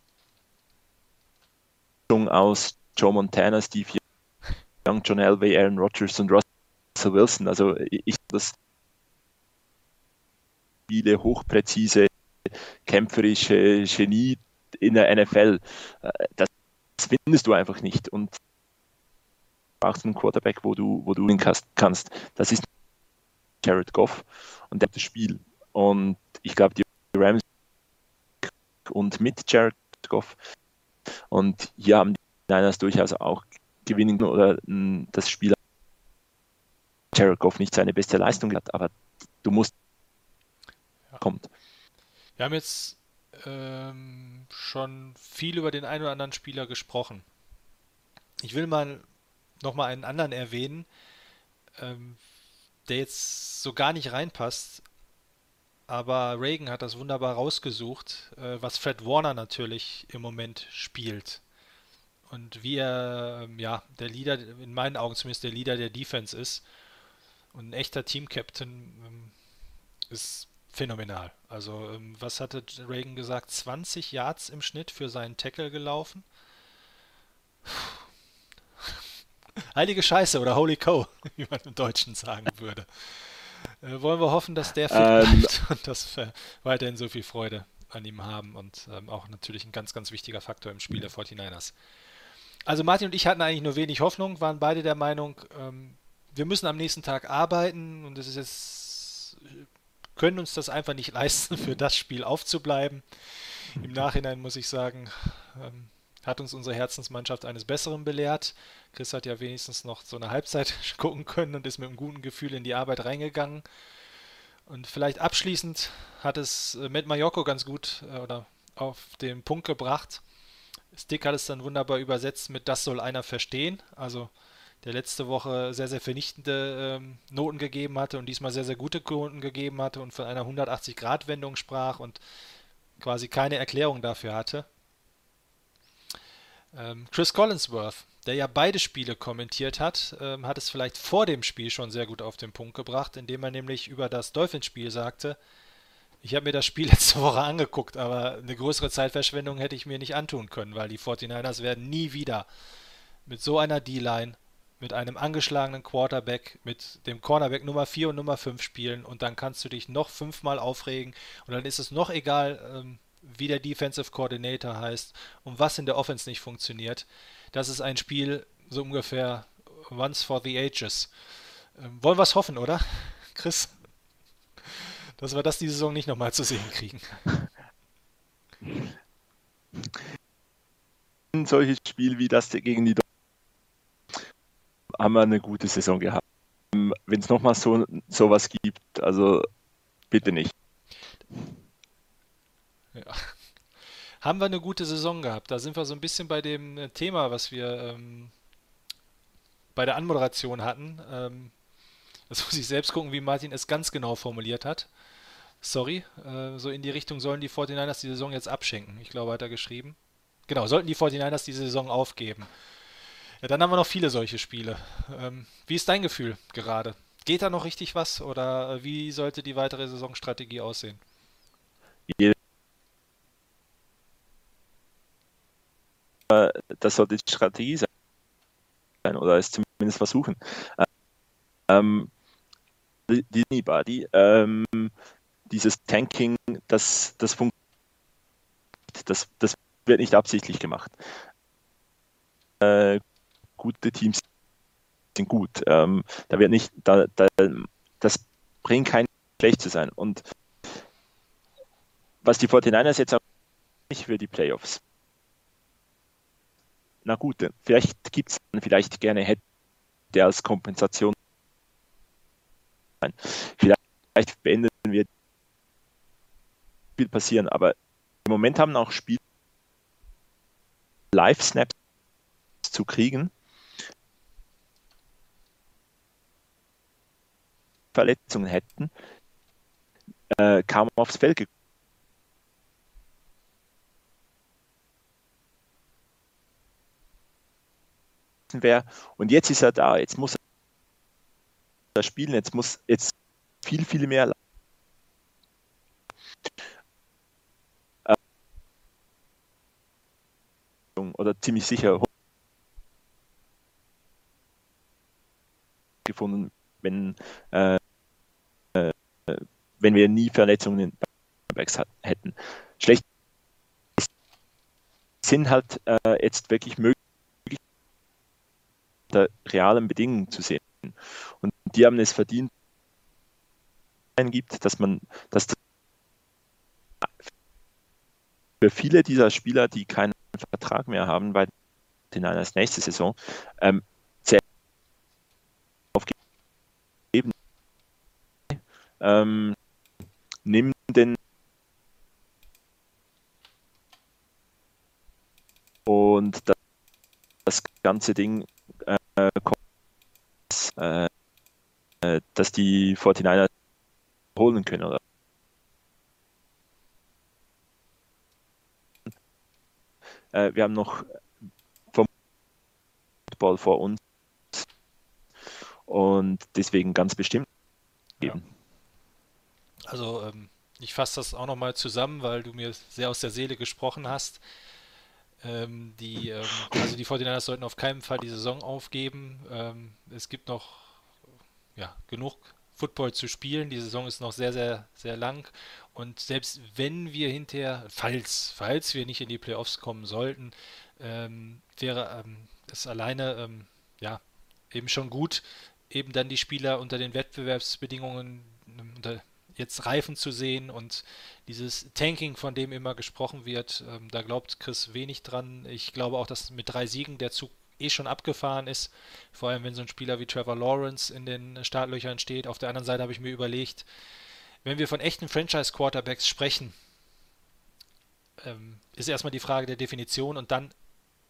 aus Joe Montana, Steve Young, John Elway, Aaron Rodgers und Russell Wilson. Also ich das viele hochpräzise, kämpferische Genie in der N F L. Das findest du einfach nicht. Und du brauchst einen Quarterback, wo du, wo du ihn kannst. Das ist Jared Goff und der hat das Spiel. Und ich glaube, die Rams und mit Jared Goff und hier haben die Niners durchaus auch gewinnen oder m, das Spiel Jared Goff nicht seine beste Leistung hat, aber du musst ja. kommt. Wir haben jetzt ähm, schon viel über den einen oder anderen Spieler gesprochen. Ich will mal nochmal einen anderen erwähnen, ähm, der jetzt so gar nicht reinpasst, aber Reagan hat das wunderbar rausgesucht, äh, was Fred Warner natürlich im Moment spielt. Und wie er, ähm, ja, der Leader, in meinen Augen zumindest der Leader der Defense ist. Und ein echter Team-Captain ähm, ist phänomenal. Also, ähm, was hatte Reagan gesagt? zwanzig Yards im Schnitt für seinen Tackle gelaufen. Heilige Scheiße oder Holy Cow, wie man im Deutschen sagen würde. Äh, wollen wir hoffen, dass der fit Ähm, bleibt und dass wir weiterhin so viel Freude an ihm haben und ähm, auch natürlich ein ganz, ganz wichtiger Faktor im Spiel der forty-niners. Also Martin und ich hatten eigentlich nur wenig Hoffnung, waren beide der Meinung, ähm, wir müssen am nächsten Tag arbeiten und es ist jetzt, können uns das einfach nicht leisten, für das Spiel aufzubleiben. Im Nachhinein muss ich sagen, ähm, hat uns unsere Herzensmannschaft eines Besseren belehrt. Chris hat ja wenigstens noch so eine Halbzeit gucken können und ist mit einem guten Gefühl in die Arbeit reingegangen. Und vielleicht abschließend hat es äh, Matt Majocco ganz gut äh, oder auf den Punkt gebracht. Stick hat es dann wunderbar übersetzt mit "Das soll einer verstehen". Also der letzte Woche sehr, sehr vernichtende ähm, Noten gegeben hatte und diesmal sehr, sehr gute Noten gegeben hatte und von einer hundertachtzig-Grad-Wendung sprach und quasi keine Erklärung dafür hatte. Ähm, Chris Collinsworth, der ja beide Spiele kommentiert hat, ähm, hat es vielleicht vor dem Spiel schon sehr gut auf den Punkt gebracht, indem er nämlich über das Dolphins-Spiel sagte: Ich habe mir das Spiel letzte Woche angeguckt, aber eine größere Zeitverschwendung hätte ich mir nicht antun können, weil die forty-niners werden nie wieder mit so einer D-Line, mit einem angeschlagenen Quarterback, mit dem Cornerback Nummer vier und Nummer fünf spielen und dann kannst du dich noch fünfmal aufregen und dann ist es noch egal, ähm, wie der Defensive Coordinator heißt und was in der Offense nicht funktioniert. Das ist ein Spiel so ungefähr once for the ages. Ähm, wollen wir es hoffen, oder, Chris? Dass wir das die Saison nicht nochmal zu sehen kriegen. Ein solches Spiel wie das gegen die Dolphins haben wir eine gute Saison gehabt. Wenn es nochmal so sowas gibt, also bitte nicht. Ja. Haben wir eine gute Saison gehabt? Da sind wir so ein bisschen bei dem äh, Thema, was wir ähm, bei der Anmoderation hatten. Ähm, das muss ich selbst gucken, wie Martin es ganz genau formuliert hat. Sorry, äh, so in die Richtung sollen die forty-niners die Saison jetzt abschenken. Ich glaube, hat er geschrieben. Genau, sollten die forty-niners die Saison aufgeben. Ja, dann haben wir noch viele solche Spiele. Ähm, wie ist dein Gefühl gerade? Geht da noch richtig was oder äh, wie sollte die weitere Saisonstrategie aussehen? Das sollte die Strategie sein oder es zumindest versuchen. Ähm, die die Body, ähm, dieses Tanking, das, das funktioniert. Das, das wird nicht absichtlich gemacht. Äh, gute Teams sind gut. Ähm, da wird nicht, da, da, das bringt kein schlecht zu sein. Und was die forty-niners jetzt auch nicht für die Playoffs. Na gut, vielleicht gibt es vielleicht gerne hätte der als Kompensation sein. Vielleicht beenden wir viel passieren, aber im Moment haben auch Spiele Live-Snaps zu kriegen. Verletzungen hätten, äh, kaum aufs Feld gekommen. Wäre. Und jetzt ist er da, jetzt muss er spielen, jetzt muss jetzt viel, viel mehr äh, oder ziemlich sicher gefunden, wenn äh, wenn wir nie Verletzungen in Backs hätten. Schlecht sind halt äh, jetzt wirklich möglich, unter realen Bedingungen zu sehen. Und die haben es verdient, gibt, dass man, dass für viele dieser Spieler, die keinen Vertrag mehr haben bei den Niners nächste Saison, ähm, sehr aufgeben. Ähm, nimm den und das, das ganze Ding äh, kommt, äh, dass die forty-niners holen können. Oder? Äh, wir haben noch vom Football vor uns und deswegen ganz bestimmt geben. Ja. Also ähm, ich fasse das auch nochmal zusammen, weil du mir sehr aus der Seele gesprochen hast. Ähm, die, ähm, also die forty-niners sollten auf keinen Fall die Saison aufgeben. Ähm, es gibt noch ja, genug Football zu spielen. Die Saison ist noch sehr, sehr, sehr lang. Und selbst wenn wir hinterher, falls, falls wir nicht in die Playoffs kommen sollten, ähm, wäre, ähm, ist alleine ähm, ja eben schon gut, eben dann die Spieler unter den Wettbewerbsbedingungen ähm, unter jetzt reifen zu sehen und dieses Tanking, von dem immer gesprochen wird, ähm, da glaubt Chris wenig dran. Ich glaube auch, dass mit drei Siegen der Zug eh schon abgefahren ist, vor allem wenn so ein Spieler wie Trevor Lawrence in den Startlöchern steht. Auf der anderen Seite habe ich mir überlegt, wenn wir von echten Franchise-Quarterbacks sprechen, ähm, ist erstmal die Frage der Definition und dann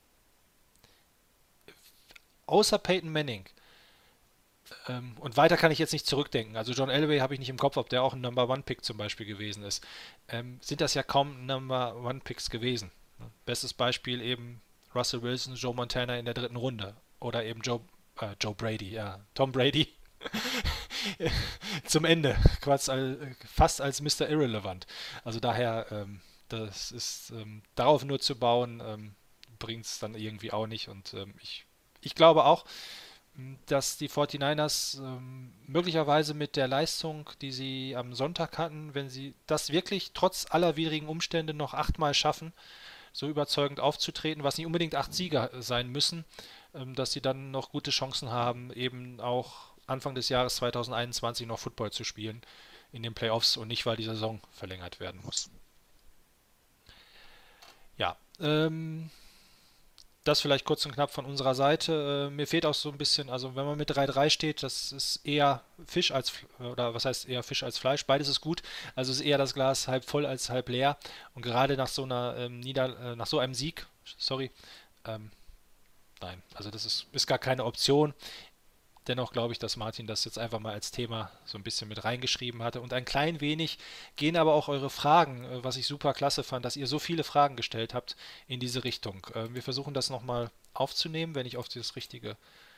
außer Peyton Manning ähm, und weiter kann ich jetzt nicht zurückdenken, also John Elway habe ich nicht im Kopf, ob der auch ein Number-One-Pick zum Beispiel gewesen ist, ähm, sind das ja kaum Number-One-Picks gewesen. Bestes Beispiel eben Russell Wilson, Joe Montana in der dritten Runde oder eben Joe, äh, Joe Brady, ja, Tom Brady zum Ende, quasi fast als Mister Irrelevant. Also daher, ähm, das ist ähm, darauf nur zu bauen, ähm, bringt es dann irgendwie auch nicht und ähm, ich, ich glaube auch, dass die forty-niners ähm, möglicherweise mit der Leistung, die sie am Sonntag hatten, wenn sie das wirklich trotz aller widrigen Umstände noch achtmal schaffen, so überzeugend aufzutreten, was nicht unbedingt acht Sieger sein müssen, ähm, dass sie dann noch gute Chancen haben, eben auch Anfang des Jahres zwanzig einundzwanzig noch Football zu spielen in den Playoffs und nicht, weil die Saison verlängert werden muss. Ja, ähm, das vielleicht kurz und knapp von unserer Seite. Äh, mir fehlt auch so ein bisschen, also wenn man mit drei drei steht, das ist eher Fisch als, oder was heißt eher Fisch als Fleisch, beides ist gut, also ist eher das Glas halb voll als halb leer und gerade nach so einer ähm, Nieder, äh, nach so einem Sieg, sorry, ähm, nein, also das ist, ist gar keine Option. Dennoch glaube ich, dass Martin das jetzt einfach mal als Thema so ein bisschen mit reingeschrieben hatte. Und ein klein wenig gehen aber auch eure Fragen, äh, was ich super klasse fand, dass ihr so viele Fragen gestellt habt in diese Richtung. Äh, wir versuchen das nochmal aufzunehmen, wenn ich auf das Richtige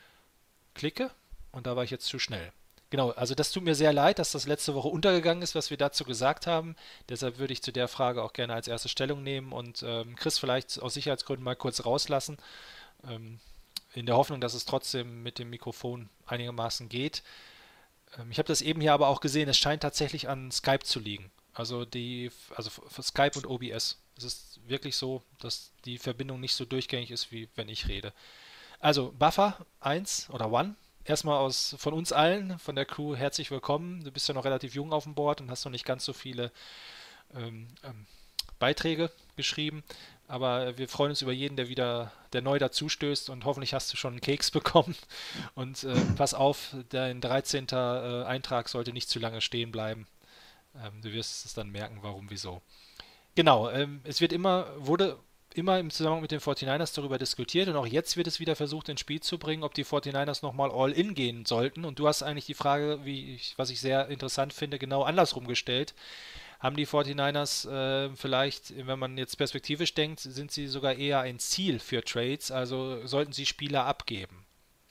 klicke. Und da war ich jetzt zu schnell. Genau, also das tut mir sehr leid, dass das letzte Woche untergegangen ist, was wir dazu gesagt haben. Deshalb würde ich zu der Frage auch gerne als erste Stellung nehmen und ähm, Chris vielleicht aus Sicherheitsgründen mal kurz rauslassen. Ähm, in der Hoffnung, dass es trotzdem mit dem Mikrofon einigermaßen geht. Ähm, ich habe das eben hier aber auch gesehen, es scheint tatsächlich an Skype zu liegen. Also die, also für Skype und O B S. Es ist wirklich so, dass die Verbindung nicht so durchgängig ist, wie wenn ich rede. Also Buffer eins oder One, erstmal aus von uns allen, von der Crew, herzlich willkommen. Du bist ja noch relativ jung auf dem Board und hast noch nicht ganz so viele ähm, ähm, Beiträge geschrieben. Aber wir freuen uns über jeden, der wieder, der neu dazustößt und hoffentlich hast du schon einen Keks bekommen. Und äh, pass auf, dein dreizehnten Äh, Eintrag sollte nicht zu lange stehen bleiben. Ähm, du wirst es dann merken, warum, wieso. Genau, ähm, es wird immer, wurde immer im Zusammenhang mit den forty-niners darüber diskutiert und auch jetzt wird es wieder versucht ins Spiel zu bringen, ob die forty-niners nochmal all in gehen sollten. Und du hast eigentlich die Frage, wie ich, was ich sehr interessant finde, genau andersrum gestellt. Haben die forty-niners äh, vielleicht, wenn man jetzt perspektivisch denkt, sind sie sogar eher ein Ziel für Trades, also sollten sie Spieler abgeben.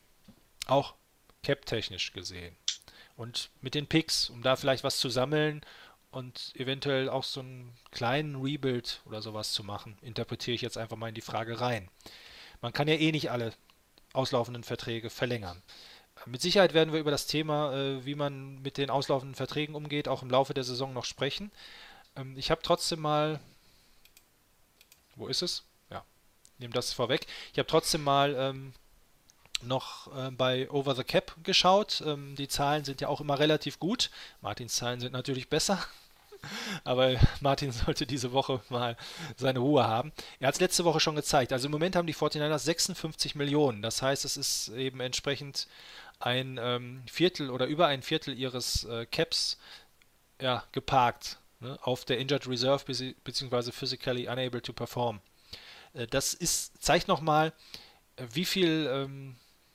Auch cap-technisch gesehen. Und mit den Picks, um da vielleicht was zu sammeln und eventuell auch so einen kleinen Rebuild oder sowas zu machen, interpretiere ich jetzt einfach mal in die Frage rein. Man kann ja eh nicht alle auslaufenden Verträge verlängern. Mit Sicherheit werden wir über das Thema, äh, wie man mit den auslaufenden Verträgen umgeht, auch im Laufe der Saison noch sprechen. Ähm, ich habe trotzdem mal, wo ist es? Ja, nehme das vorweg. Ich habe trotzdem mal ähm, noch äh, bei Over the Cap geschaut. Ähm, die Zahlen sind ja auch immer relativ gut. Martins Zahlen sind natürlich besser. Aber Martin sollte diese Woche mal seine Ruhe haben. Er hat es letzte Woche schon gezeigt. Also im Moment haben die forty-niners sechsundfünfzig Millionen. Das heißt, es ist eben entsprechend ein ähm, Viertel oder über ein Viertel ihres äh, Caps ja, geparkt, ne, auf der Injured Reserve be- beziehungsweise physically unable to perform. Äh, das ist, zeigt nochmal, äh, wie viel ähm,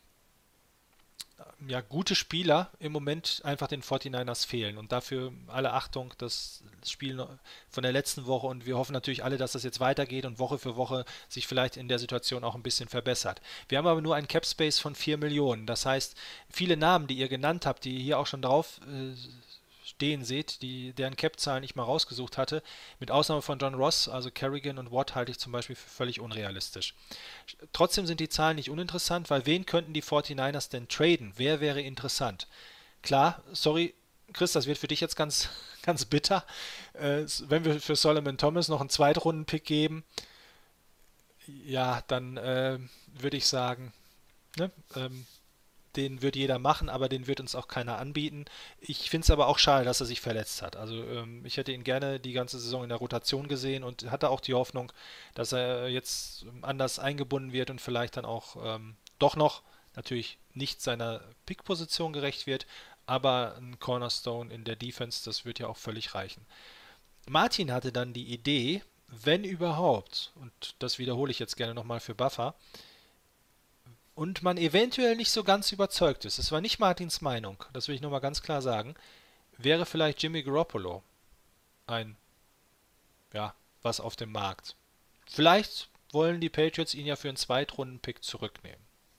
ja, gute Spieler im Moment einfach den forty-niners fehlen. Und dafür alle Achtung, das Spiel von der letzten Woche. Und wir hoffen natürlich alle, dass das jetzt weitergeht und Woche für Woche sich vielleicht in der Situation auch ein bisschen verbessert. Wir haben aber nur einen Cap Space von vier Millionen. Das heißt, viele Namen, die ihr genannt habt, die ihr hier auch schon drauf äh, stehen seht, die, deren Cap-Zahlen ich mal rausgesucht hatte, mit Ausnahme von John Ross, also Kerrigan und Watt, halte ich zum Beispiel für völlig unrealistisch. Trotzdem sind die Zahlen nicht uninteressant, weil wen könnten die forty-niners denn traden? Wer wäre interessant? Klar, sorry, Chris, das wird für dich jetzt ganz, ganz bitter. Äh, wenn wir für Solomon Thomas noch einen Zweitrunden-Pick geben, ja, dann äh, würde ich sagen, ne, ähm, den wird jeder machen, aber den wird uns auch keiner anbieten. Ich finde es aber auch schade, dass er sich verletzt hat. Also ähm, ich hätte ihn gerne die ganze Saison in der Rotation gesehen und hatte auch die Hoffnung, dass er jetzt anders eingebunden wird und vielleicht dann auch ähm, doch noch natürlich nicht seiner Pick-Position gerecht wird, aber ein Cornerstone in der Defense, das wird ja auch völlig reichen. Martin hatte dann die Idee, wenn überhaupt, und das wiederhole ich jetzt gerne nochmal für Buffer, und man eventuell nicht so ganz überzeugt ist, das war nicht Martins Meinung, das will ich nochmal ganz klar sagen, wäre vielleicht Jimmy Garoppolo ein, ja, was auf dem Markt. Vielleicht wollen die Patriots ihn ja für einen Zweitrunden-Pick zurücknehmen.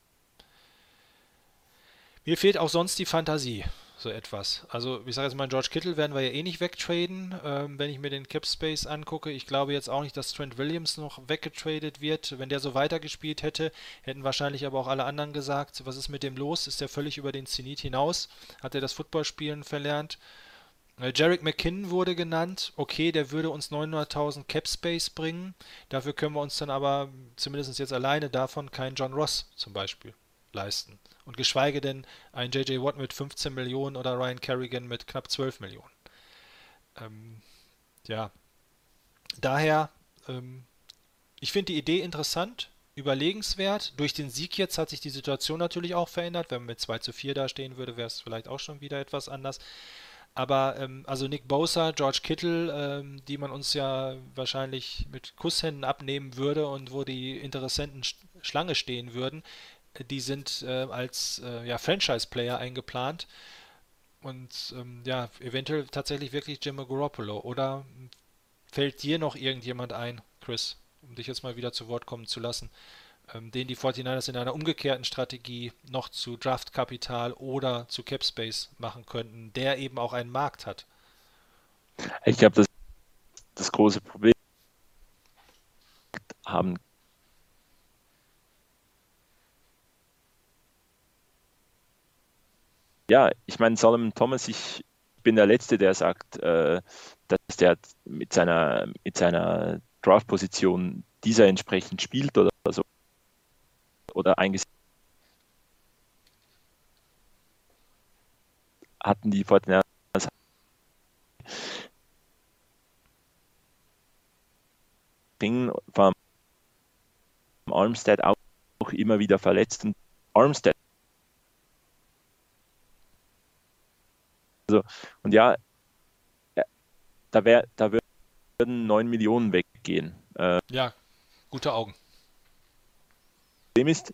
Mir fehlt auch sonst die Fantasie, so etwas. Also, ich sage jetzt mal, George Kittle werden wir ja eh nicht wegtraden, ähm, wenn ich mir den Cap Space angucke. Ich glaube jetzt auch nicht, dass Trent Williams noch weggetradet wird. Wenn der so weitergespielt hätte, hätten wahrscheinlich aber auch alle anderen gesagt, was ist mit dem los? Ist der völlig über den Zenit hinaus? Hat er das Footballspielen verlernt? Äh, Jerick McKinnon wurde genannt. Okay, der würde uns neunhunderttausend Cap Space bringen. Dafür können wir uns dann aber, zumindest jetzt alleine davon, keinen John Ross zum Beispiel leisten. Und geschweige denn ein J J Watt mit fünfzehn Millionen oder Ryan Kerrigan mit knapp zwölf Millionen. Ähm, ja, daher, ähm, ich finde die Idee interessant, überlegenswert. Durch den Sieg jetzt hat sich die Situation natürlich auch verändert. Wenn man mit zwei zu vier dastehen würde, wäre es vielleicht auch schon wieder etwas anders. Aber ähm, also Nick Bosa, George Kittle, ähm, die man uns ja wahrscheinlich mit Kusshänden abnehmen würde und wo die Interessenten sch Schlange stehen würden, die sind äh, als äh, ja, Franchise-Player eingeplant und ähm, ja, eventuell tatsächlich wirklich Jimmy Garoppolo. Oder fällt dir noch irgendjemand ein, Chris, um dich jetzt mal wieder zu Wort kommen zu lassen, ähm, den die forty-niners in einer umgekehrten Strategie noch zu Draftkapital oder zu Capspace machen könnten, der eben auch einen Markt hat? Ich glaube, das, das große Problem haben ja, ich meine, Solomon Thomas, ich bin der Letzte, der sagt, äh, dass der mit seiner, mit seiner Draft-Position dieser entsprechend spielt oder so oder eingesetzt hatten die forty-niners vom Armstead auch immer wieder verletzt und Armstead. Also, und ja, da, wär, da würden neun Millionen weggehen. Äh, ja, gute Augen. Dem ist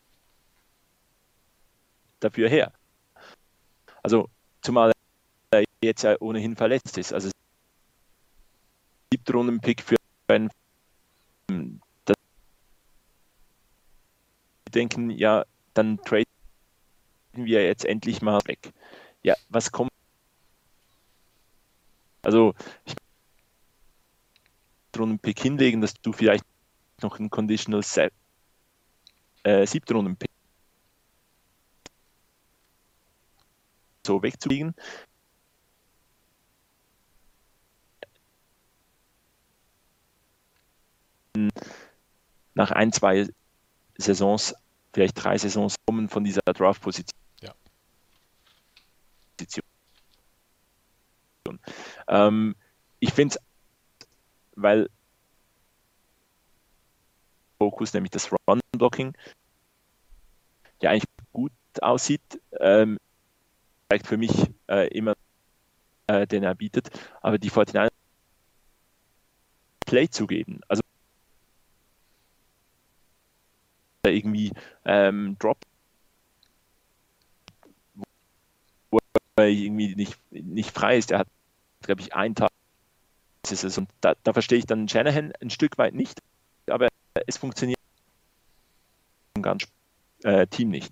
dafür her. Also, zumal er jetzt ja ohnehin verletzt ist. Also, siebter Runden-Pick für einen, das denken, ja, dann traden wir jetzt endlich mal weg. Ja, was kommt? Also, ich Runden-Pick hinlegen, dass du vielleicht noch einen Conditional Set, äh, siebten Runden-Pick so wegzulegen. Nach ein, zwei Saisons, vielleicht drei Saisons kommen von dieser Draft-Position. Ja. Ähm, ich finde es, weil Fokus, nämlich das Run-Blocking, ja eigentlich gut aussieht, ähm, zeigt für mich äh, immer, äh, den er bietet, aber die forty-niners Play zugeben, also irgendwie ähm, Drop, wo er irgendwie nicht, nicht frei ist. Er hat, glaube ich, einen Tag ist es und da, da verstehe ich dann Shanahan ein Stück weit nicht, aber es funktioniert im ganzen äh, Team nicht.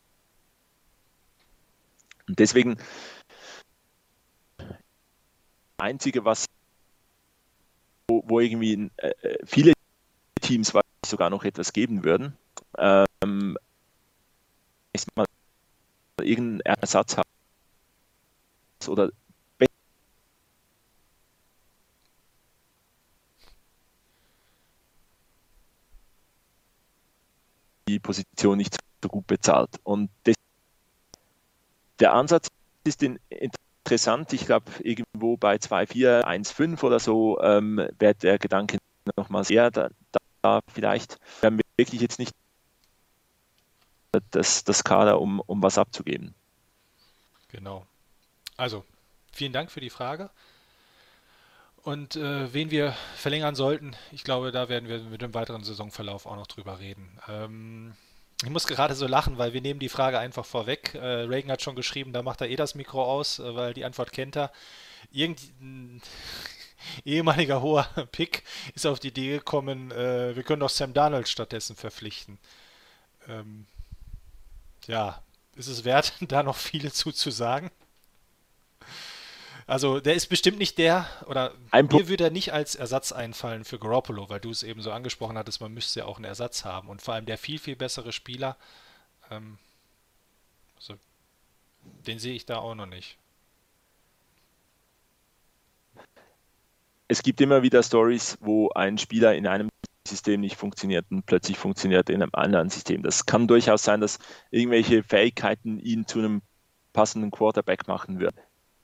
Und deswegen das Einzige, was wo, wo irgendwie äh, viele Teams sogar noch etwas geben würden, ähm, ist mal irgendeinen Ersatz haben oder Position nicht so gut bezahlt. Und das, der Ansatz ist in, interessant. Ich glaube, irgendwo bei zwei Komma vier, eins Komma fünf oder so ähm, wäre der Gedanke nochmal sehr, da, da vielleicht werden wir wirklich jetzt nicht das, das Kader, um, um was abzugeben. Genau. Also, vielen Dank für die Frage. Und äh, wen wir verlängern sollten, ich glaube, da werden wir mit dem weiteren Saisonverlauf auch noch drüber reden. Ähm, ich muss gerade so lachen, weil wir nehmen die Frage einfach vorweg. Äh, Reagan hat schon geschrieben, da macht er eh das Mikro aus, äh, weil die Antwort kennt er. Irgendein ehemaliger hoher Pick ist auf die Idee gekommen, äh, wir können doch Sam Darnold stattdessen verpflichten. Ähm, ja, ist es wert, da noch viele zu, zu sagen? Also der ist bestimmt nicht der, oder Ein mir Punkt. würde er nicht als Ersatz einfallen für Garoppolo, weil du es eben so angesprochen hattest, man müsste ja auch einen Ersatz haben. Und vor allem der viel, viel bessere Spieler, ähm, also, den sehe ich da auch noch nicht. Es gibt immer wieder Stories, wo ein Spieler in einem System nicht funktioniert und plötzlich funktioniert in einem anderen System. Das kann durchaus sein, dass irgendwelche Fähigkeiten ihn zu einem passenden Quarterback machen würden.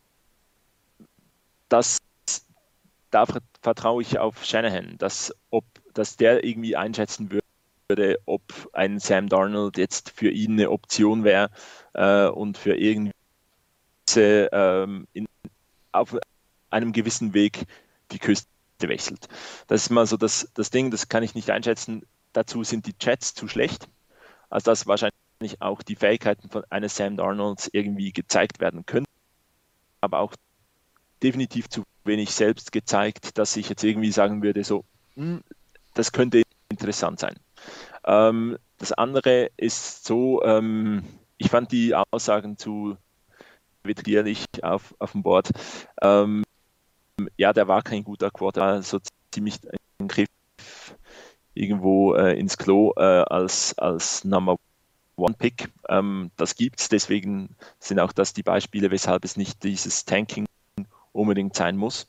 Das, da vertraue ich auf Shanahan, dass, ob, dass der irgendwie einschätzen würde, ob ein Sam Darnold jetzt für ihn eine Option wäre äh, und für irgendwie ähm, in, auf einem gewissen Weg die Küste wechselt. Das ist mal so das, das Ding, das kann ich nicht einschätzen. Dazu sind die Jets zu schlecht, als dass wahrscheinlich auch die Fähigkeiten von eines Sam Darnolds irgendwie gezeigt werden können, aber auch definitiv zu wenig selbst gezeigt, dass ich jetzt irgendwie sagen würde, so, hm, das könnte interessant sein. Ähm, das andere ist so, ähm, ich fand die Aussagen zu ehrlich auf, auf dem Board, ähm, ja, der war kein guter Quarter, so ziemlich ein Griff irgendwo äh, ins Klo äh, als, als Number One Pick. Ähm, das gibt's, deswegen sind auch das die Beispiele, weshalb es nicht dieses Tanking unbedingt sein muss.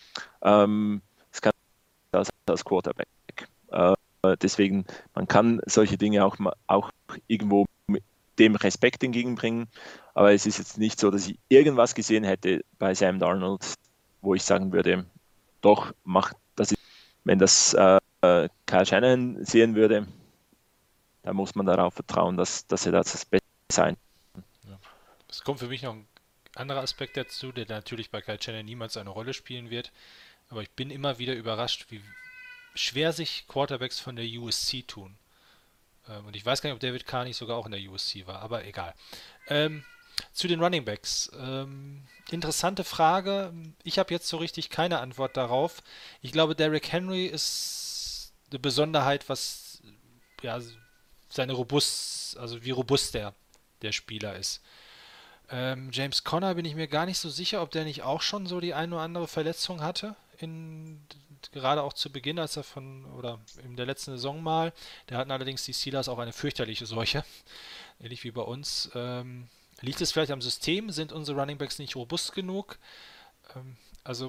Ähm, es kann als, als Quarterback. Äh, deswegen, man kann solche Dinge auch, auch irgendwo mit dem Respekt entgegenbringen, aber es ist jetzt nicht so, dass ich irgendwas gesehen hätte bei Sam Darnold, wo ich sagen würde, doch, macht das. Wenn das äh, Kyle Shanahan sehen würde, dann muss man darauf vertrauen, dass, dass er das Beste sein. Ja. Es kommt für mich noch ein anderer Aspekt dazu, der natürlich bei Kyle Shanahan niemals eine Rolle spielen wird. Aber ich bin immer wieder überrascht, wie schwer sich Quarterbacks von der U S C tun. Ähm, und ich weiß gar nicht, ob David Carr nicht sogar auch in der U S C war, aber egal. Ähm, zu den Running Backs. Ähm, interessante Frage. Ich habe jetzt so richtig keine Antwort darauf. Ich glaube, Derrick Henry ist eine Besonderheit, was ja seine robust, also wie robust der, der Spieler ist. Ähm, James Conner bin ich mir gar nicht so sicher, ob der nicht auch schon so die ein oder andere Verletzung hatte, in, gerade auch zu Beginn, als er von, oder in der letzten Saison mal. Der hatten allerdings die Steelers auch eine fürchterliche Seuche, ähnlich wie bei uns. Ähm, liegt es vielleicht am System? Sind unsere Runningbacks nicht robust genug? Ähm, also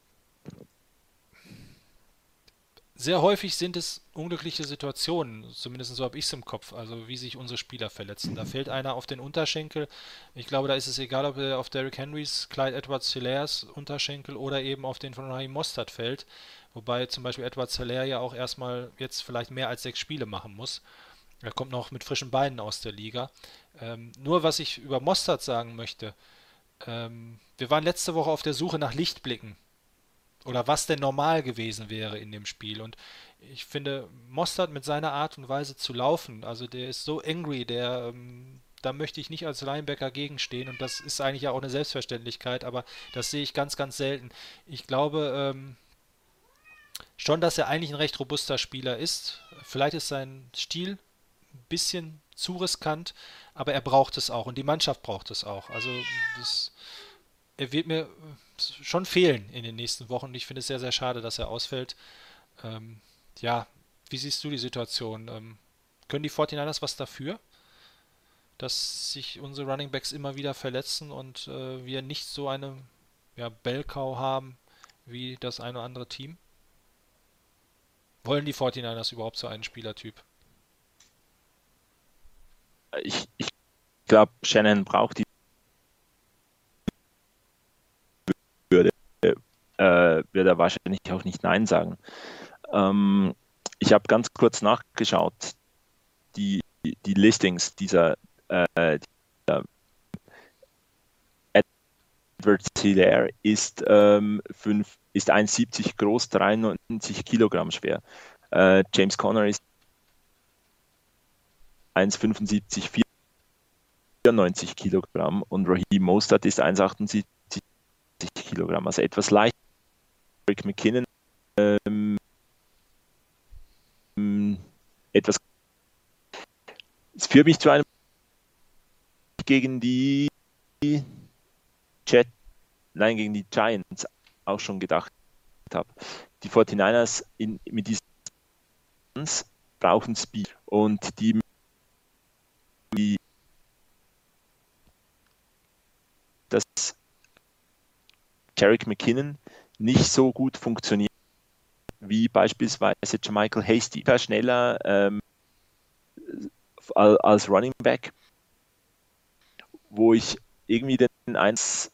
sehr häufig sind es unglückliche Situationen, zumindest so habe ich es im Kopf, also wie sich unsere Spieler verletzen. Da fällt einer auf den Unterschenkel. Ich glaube, da ist es egal, ob er auf Derrick Henrys, Clyde Edwards-Hilairs Unterschenkel oder eben auf den von Raheem Mostert fällt. Wobei zum Beispiel Edwards-Hilaire ja auch erstmal jetzt vielleicht mehr als sechs Spiele machen muss. Er kommt noch mit frischen Beinen aus der Liga. Ähm, nur was ich über Mostert sagen möchte. Ähm, wir waren letzte Woche auf der Suche nach Lichtblicken. Oder was denn normal gewesen wäre in dem Spiel. Und ich finde, Mostert mit seiner Art und Weise zu laufen, also der ist so angry, der, ähm, da möchte ich nicht als Linebacker gegenstehen. Und das ist eigentlich ja auch eine Selbstverständlichkeit, aber das sehe ich ganz, ganz selten. Ich glaube ähm, schon, dass er eigentlich ein recht robuster Spieler ist. Vielleicht ist sein Stil ein bisschen zu riskant, aber er braucht es auch und die Mannschaft braucht es auch. Also das, er wird mir schon fehlen in den nächsten Wochen und ich finde es sehr, sehr schade, dass er ausfällt. Ähm, ja, wie siehst du die Situation? Ähm, können die forty-niners was dafür, dass sich unsere Runningbacks immer wieder verletzen und äh, wir nicht so eine ja, Bellcow haben wie das eine oder andere Team? Wollen die forty-niners überhaupt so einen Spielertyp? ich, ich glaube, Shanahan braucht die Würde, äh, wird er wahrscheinlich auch nicht Nein sagen. Ähm, ich habe ganz kurz nachgeschaut, die, die Listings dieser, äh, dieser Edward Hilaire ist, ähm, fünf, ist eins Komma siebzig groß, dreiundneunzig Kilogramm schwer. Äh, James Conner ist eins Komma fünfundsiebzig, vierundneunzig Kilogramm und Raheem Mostert ist eins Komma achtundsiebzig Kilogramm, also etwas leicht. Rick McKinnon ähm, etwas. Es führt mich zu einem gegen die Jet, nein, gegen die Giants auch schon gedacht habe. Die forty-niners in, mit diesen brauchen Speed und die, die dass Jerick McKinnon nicht so gut funktioniert wie beispielsweise Jermichael Hasty. Schneller ähm, als Running Back, wo ich irgendwie den eins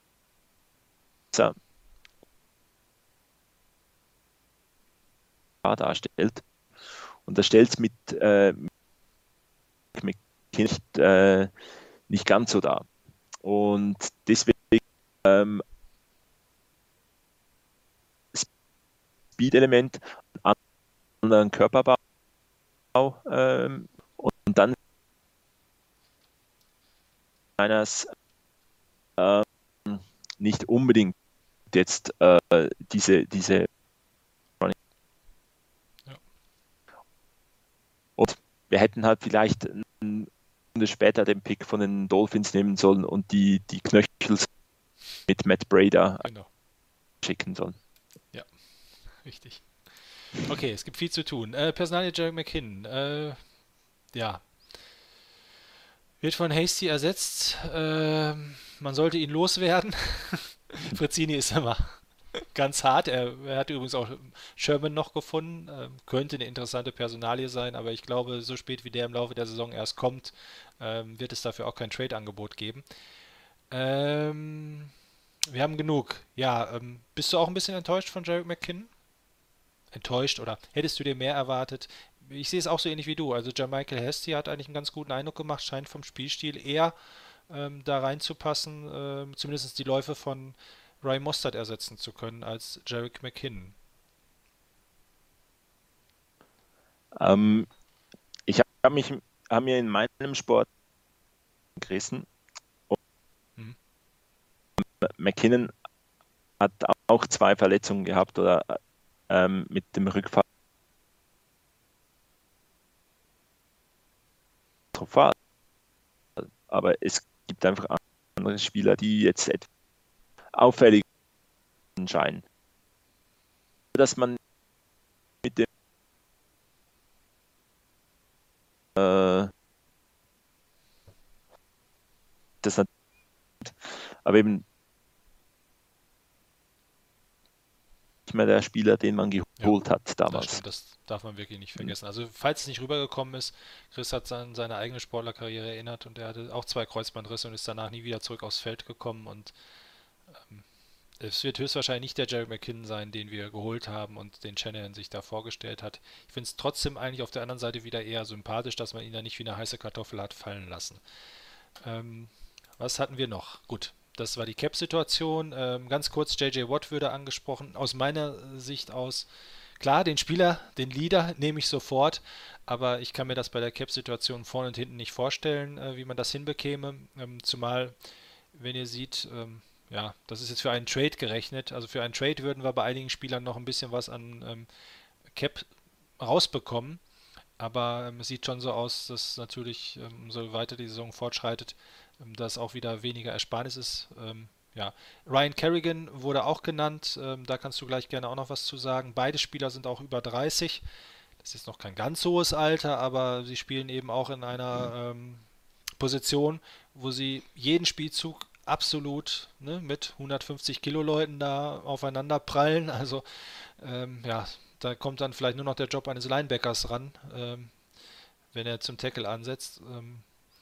darstellt. Und das stellt es mit, äh, mit nicht, äh, nicht ganz so dar. Und deswegen ähm, Speed-Element, anderen Körperbau ähm, und dann eines ähm, nicht unbedingt jetzt äh, diese, diese ja. Und wir hätten halt vielleicht eine Stunde später den Pick von den Dolphins nehmen sollen und die, die Knöchel mit Matt Breda genau. schicken sollen. Ja, richtig. Okay, es gibt viel zu tun. Äh, Personalie Jerick McKinnon. Äh, ja. Wird von Hasty ersetzt. Äh, man sollte ihn loswerden. Frizzini ist immer ganz hart. Er, er hat übrigens auch Sherman noch gefunden. Äh, könnte eine interessante Personalie sein, aber ich glaube, so spät wie der im Laufe der Saison erst kommt, äh, wird es dafür auch kein Trade-Angebot geben. Ähm, wir haben genug. Ja, ähm, bist du auch ein bisschen enttäuscht von Jerick McKinnon? Enttäuscht oder hättest du dir mehr erwartet? Ich sehe es auch so ähnlich wie du. Also Jermichael Hasty hat eigentlich einen ganz guten Eindruck gemacht, scheint vom Spielstil eher ähm, da reinzupassen, ähm, zumindest die Läufe von Raheem Mostert ersetzen zu können als Jerick McKinnon. Ähm, ich habe mich hab mir in meinem Sport gerissen. Hm. McKinnon hat auch zwei Verletzungen gehabt oder ähm, mit dem Rückfall. Aber es gibt einfach andere Spieler, die jetzt etwas auffällig scheinen. Dass man mit dem äh, das hat, aber eben nicht mehr der Spieler, den man geholt ja, hat damals. Das, das darf man wirklich nicht vergessen. Also falls es nicht rübergekommen ist, Chris hat an seine eigene Sportlerkarriere erinnert und er hatte auch zwei Kreuzbandrisse und ist danach nie wieder zurück aufs Feld gekommen und ähm, es wird höchstwahrscheinlich nicht der Jerick McKinnon sein, den wir geholt haben und den Shanahan sich da vorgestellt hat. Ich finde es trotzdem eigentlich auf der anderen Seite wieder eher sympathisch, dass man ihn da nicht wie eine heiße Kartoffel hat fallen lassen. Ähm, was hatten wir noch? Gut, das war die Cap-Situation. Ähm, ganz kurz, J J Watt würde angesprochen. Aus meiner Sicht aus, klar, den Spieler, den Leader nehme ich sofort, aber ich kann mir das bei der Cap-Situation vorne und hinten nicht vorstellen, äh, wie man das hinbekäme. Ähm, zumal, wenn ihr seht, ähm, ja, das ist jetzt für einen Trade gerechnet. Also für einen Trade würden wir bei einigen Spielern noch ein bisschen was an ähm, Cap rausbekommen. Aber ähm, es sieht schon so aus, dass natürlich, ähm, umso weiter die Saison fortschreitet, ähm, dass auch wieder weniger Ersparnis ist. Ähm, ja. Ryan Kerrigan wurde auch genannt. Ähm, da kannst du gleich gerne auch noch was zu sagen. Beide Spieler sind auch über dreißig. Das ist noch kein ganz hohes Alter, aber sie spielen eben auch in einer ähm, Position, wo sie jeden Spielzug absolut ne, mit hundertfünfzig Kilo Leuten da aufeinander prallen. Also ähm, ja, da kommt dann vielleicht nur noch der Job eines Linebackers ran, ähm, wenn er zum Tackle ansetzt. Ähm,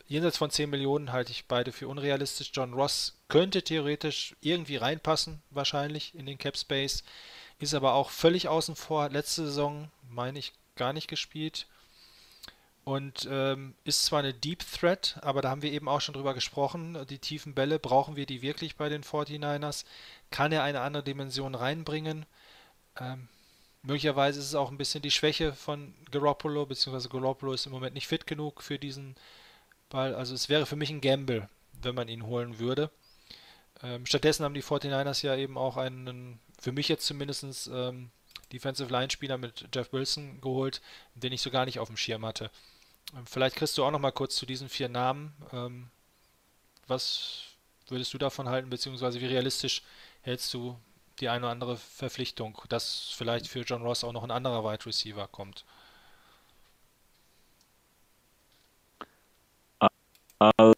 jenseits von zehn Millionen halte ich beide für unrealistisch. John Ross könnte theoretisch irgendwie reinpassen, wahrscheinlich in den Cap Space, ist aber auch völlig außen vor. Letzte Saison, meine ich, gar nicht gespielt. Und ähm, ist zwar eine Deep Threat, aber da haben wir eben auch schon drüber gesprochen. Die tiefen Bälle, brauchen wir die wirklich bei den forty-niners? Kann er eine andere Dimension reinbringen? Ähm, möglicherweise ist es auch ein bisschen die Schwäche von Garoppolo, beziehungsweise Garoppolo ist im Moment nicht fit genug für diesen Ball. Also es wäre für mich ein Gamble, wenn man ihn holen würde. Ähm, stattdessen haben die forty-niners ja eben auch einen, für mich jetzt zumindest, ähm, Defensive Line Spieler mit Jeff Wilson geholt, den ich so gar nicht auf dem Schirm hatte. Ähm, vielleicht kriegst du auch noch mal kurz zu diesen vier Namen. Ähm, was würdest du davon halten, beziehungsweise wie realistisch hältst du die eine oder andere Verpflichtung, dass vielleicht für John Ross auch noch ein anderer Wide Receiver kommt? Also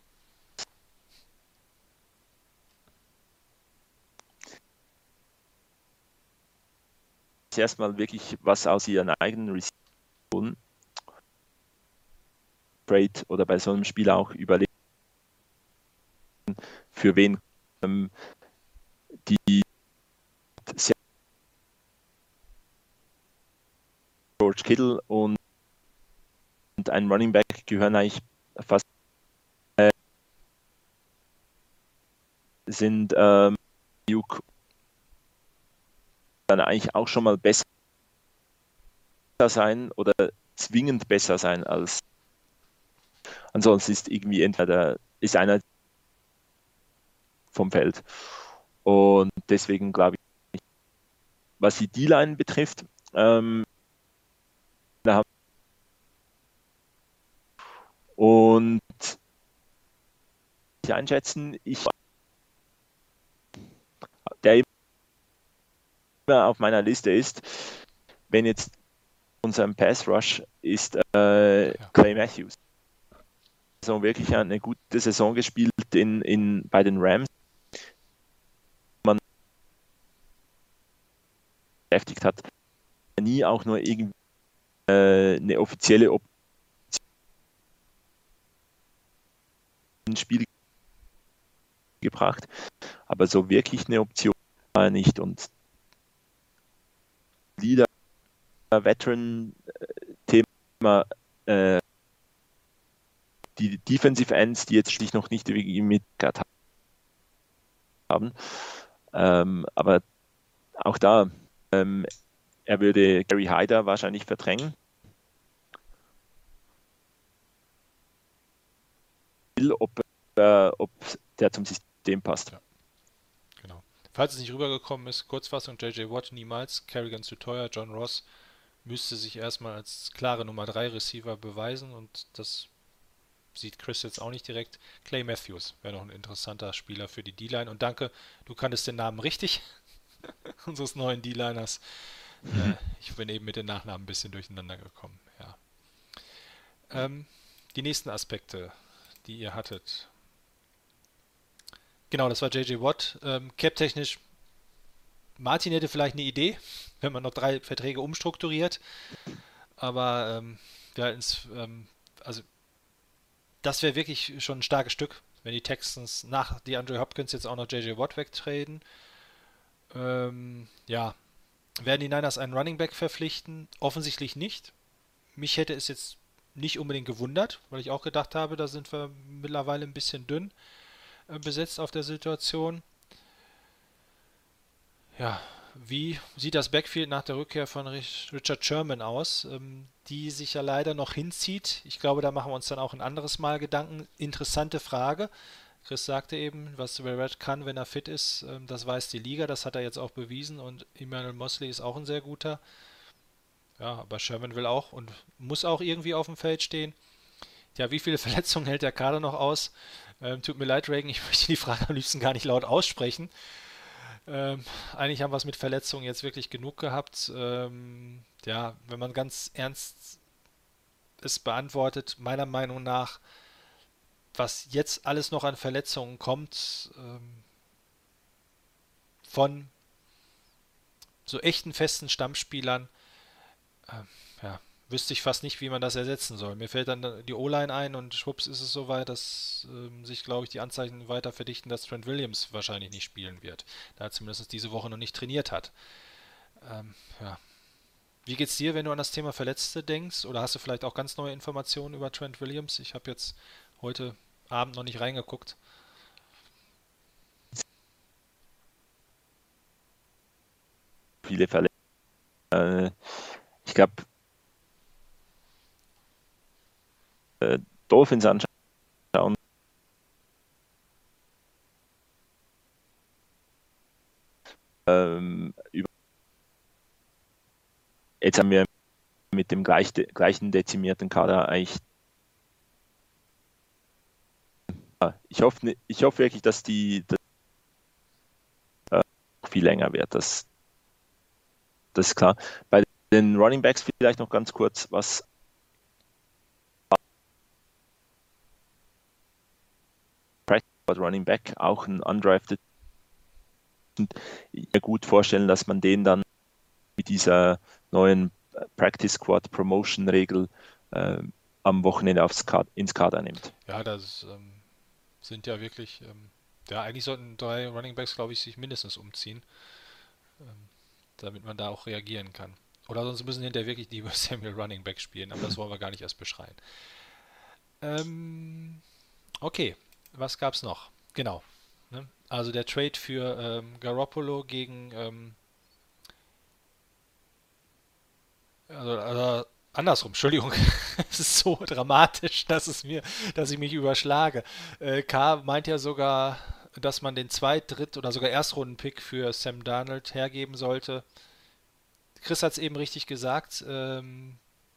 erstmal wirklich was aus ihren eigenen Receivern Trade oder bei so einem Spiel auch überlegen, für wen ähm, die George Kittle und, und ein Running Back gehören eigentlich fast äh, sind ähm, Duke dann eigentlich auch schon mal besser sein oder zwingend besser sein als ansonsten ist irgendwie entweder ist einer vom Feld. Und deswegen glaube ich, was die D-Line betrifft, ähm, da haben und ich einschätzen, ich der immer auf meiner Liste ist, wenn jetzt unser Pass Rush ist äh, Clay Matthews. Also wirklich eine gute Saison gespielt in, in, bei den Rams. Man beschäftigt hat, nie auch nur irgendwie äh, eine offizielle Option ins Spiel gebracht, aber so wirklich eine Option war er nicht und Leader Veteran-Thema äh, die Defensive Ends, die jetzt sich noch nicht wirklich mitgehört haben. Ähm, aber auch da, ähm, er würde Gary Hyder wahrscheinlich verdrängen. Ob, äh, ob der zum System passt. Ja, genau. Falls es nicht rübergekommen ist, Kurzfassung, J J Watt niemals, Kerrigan zu teuer, John Ross müsste sich erstmal als klare Nummer drei Receiver beweisen und das sieht Chris jetzt auch nicht direkt. Clay Matthews wäre noch ein interessanter Spieler für die D-Line. Und danke, du kanntest den Namen richtig, unseres neuen D-Liners. äh, ich bin eben mit den Nachnamen ein bisschen durcheinander gekommen. Ja. Ähm, die nächsten Aspekte, die ihr hattet. Genau, das war J J Watt. Ähm, Cap-technisch, Martin hätte vielleicht eine Idee, wenn man noch drei Verträge umstrukturiert. Aber ähm, wir halten es, ähm, also das wäre wirklich schon ein starkes Stück, wenn die Texans nach DeAndre Hopkins jetzt auch noch J J Watt wegtraden. Ähm, ja, werden die Niners einen Running Back verpflichten? Offensichtlich nicht. Mich hätte es jetzt nicht unbedingt gewundert, weil ich auch gedacht habe, da sind wir mittlerweile ein bisschen dünn äh, besetzt auf der Situation. Ja, wie sieht das Backfield nach der Rückkehr von Richard Sherman aus, ähm, die sich ja leider noch hinzieht? Ich glaube, da machen wir uns dann auch ein anderes Mal Gedanken. Interessante Frage. Chris sagte eben, was Verrett kann, wenn er fit ist, ähm, das weiß die Liga, das hat er jetzt auch bewiesen und Emmanuel Mosley ist auch ein sehr guter. Ja, aber Sherman will auch und muss auch irgendwie auf dem Feld stehen. Ja, wie viele Verletzungen hält der Kader noch aus? Ähm, tut mir leid, Reagan, ich möchte die Frage am liebsten gar nicht laut aussprechen. Ähm, eigentlich haben wir es mit Verletzungen jetzt wirklich genug gehabt. Ähm, ja, wenn man ganz ernst es beantwortet, meiner Meinung nach, was jetzt alles noch an Verletzungen kommt, ähm, von so echten festen Stammspielern, ähm, ja, wüsste ich fast nicht, wie man das ersetzen soll. Mir fällt dann die O-Line ein und schwupps ist es soweit, dass ähm, sich, glaube ich, die Anzeichen weiter verdichten, dass Trent Williams wahrscheinlich nicht spielen wird, da er zumindest diese Woche noch nicht trainiert hat. Ähm, ja. Wie geht's dir, wenn du an das Thema Verletzte denkst? Oder hast du vielleicht auch ganz neue Informationen über Trent Williams? Ich habe jetzt heute Abend noch nicht reingeguckt. Viele Fälle. Äh, ich glaube, äh, Dolphins anschauen. Ähm, über Jetzt haben wir mit dem gleich, gleichen dezimierten Kader eigentlich. Ich hoffe, ich hoffe wirklich, dass die dass, äh, viel länger wird. Das, das ist klar. Bei den Running Backs vielleicht noch ganz kurz, was Running Back auch ein undrafted. Ich kann mir gut vorstellen, dass man den dann mit dieser neuen Practice Squad Promotion Regel äh, am Wochenende aufs Kader, ins Kader nimmt. Ja, das ähm, sind ja wirklich, ähm, ja, eigentlich sollten drei Running Backs, glaube ich, sich mindestens umziehen, ähm, damit man da auch reagieren kann. Oder sonst müssen hinterher wirklich die Samuel Running Back spielen, aber das wollen wir gar nicht erst beschreien. Ähm, okay, was gab's noch? Genau. Ne? Also der Trade für ähm, Garoppolo gegen ähm, Also, also andersrum, Entschuldigung, es ist so dramatisch, dass es mir, dass ich mich überschlage. Äh, K meint ja sogar, dass man den Zweit-, Dritt- oder sogar Erstrunden-Pick für Sam Darnold hergeben sollte. Chris hat es eben richtig gesagt. Ähm,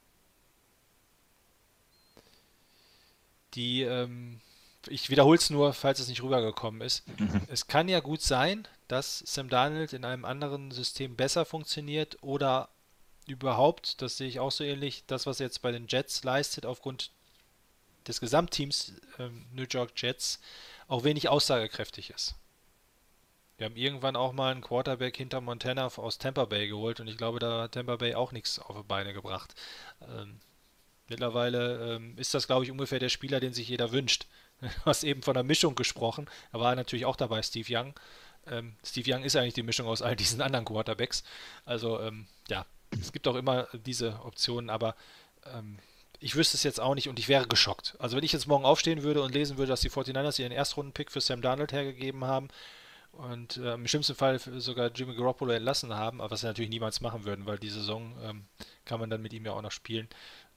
die, ähm, ich wiederhole es nur, falls es nicht rübergekommen ist. Mhm. Es kann ja gut sein, dass Sam Darnold in einem anderen System besser funktioniert oder überhaupt, das sehe ich auch so ähnlich, das, was er jetzt bei den Jets leistet, aufgrund des Gesamtteams ähm, New York Jets, auch wenig aussagekräftig ist. Wir haben irgendwann auch mal einen Quarterback hinter Montana aus Tampa Bay geholt und ich glaube, da hat Tampa Bay auch nichts auf die Beine gebracht. Ähm, mittlerweile ähm, ist das, glaube ich, ungefähr der Spieler, den sich jeder wünscht. Du hast eben von der Mischung gesprochen, da war natürlich auch dabei Steve Young. Ähm, Steve Young ist eigentlich die Mischung aus all diesen anderen Quarterbacks. Also, ähm, ja, es gibt auch immer diese Optionen, aber ähm, ich wüsste es jetzt auch nicht und ich wäre geschockt. Also wenn ich jetzt morgen aufstehen würde und lesen würde, dass die forty-niners ihren Erstrunden-Pick für Sam Darnold hergegeben haben und äh, im schlimmsten Fall sogar Jimmy Garoppolo entlassen haben, aber was sie natürlich niemals machen würden, weil die Saison ähm, kann man dann mit ihm ja auch noch spielen,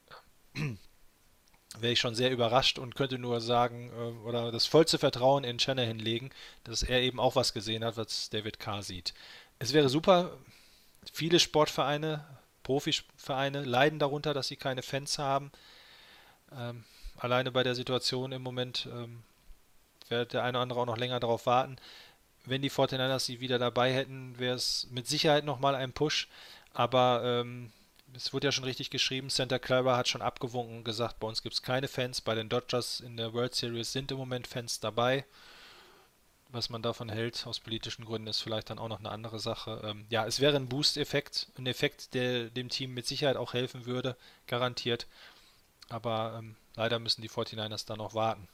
wäre ich schon sehr überrascht und könnte nur sagen, äh, oder das vollste Vertrauen in Shanahan legen, dass er eben auch was gesehen hat, was David Carr sieht. Es wäre super. Viele Sportvereine, Profivereine leiden darunter, dass sie keine Fans haben. Ähm, alleine bei der Situation im Moment ähm, wird der eine oder andere auch noch länger darauf warten. Wenn die forty-niners sie wieder dabei hätten, wäre es mit Sicherheit nochmal ein Push. Aber ähm, es wurde ja schon richtig geschrieben, Santa Clara hat schon abgewunken und gesagt, bei uns gibt es keine Fans. Bei den Dodgers in der World Series sind im Moment Fans dabei. Was man davon hält, aus politischen Gründen, ist vielleicht dann auch noch eine andere Sache. Ähm, ja, es wäre ein Boost-Effekt, ein Effekt, der dem Team mit Sicherheit auch helfen würde, garantiert. Aber ähm, leider müssen die forty-niners da noch warten.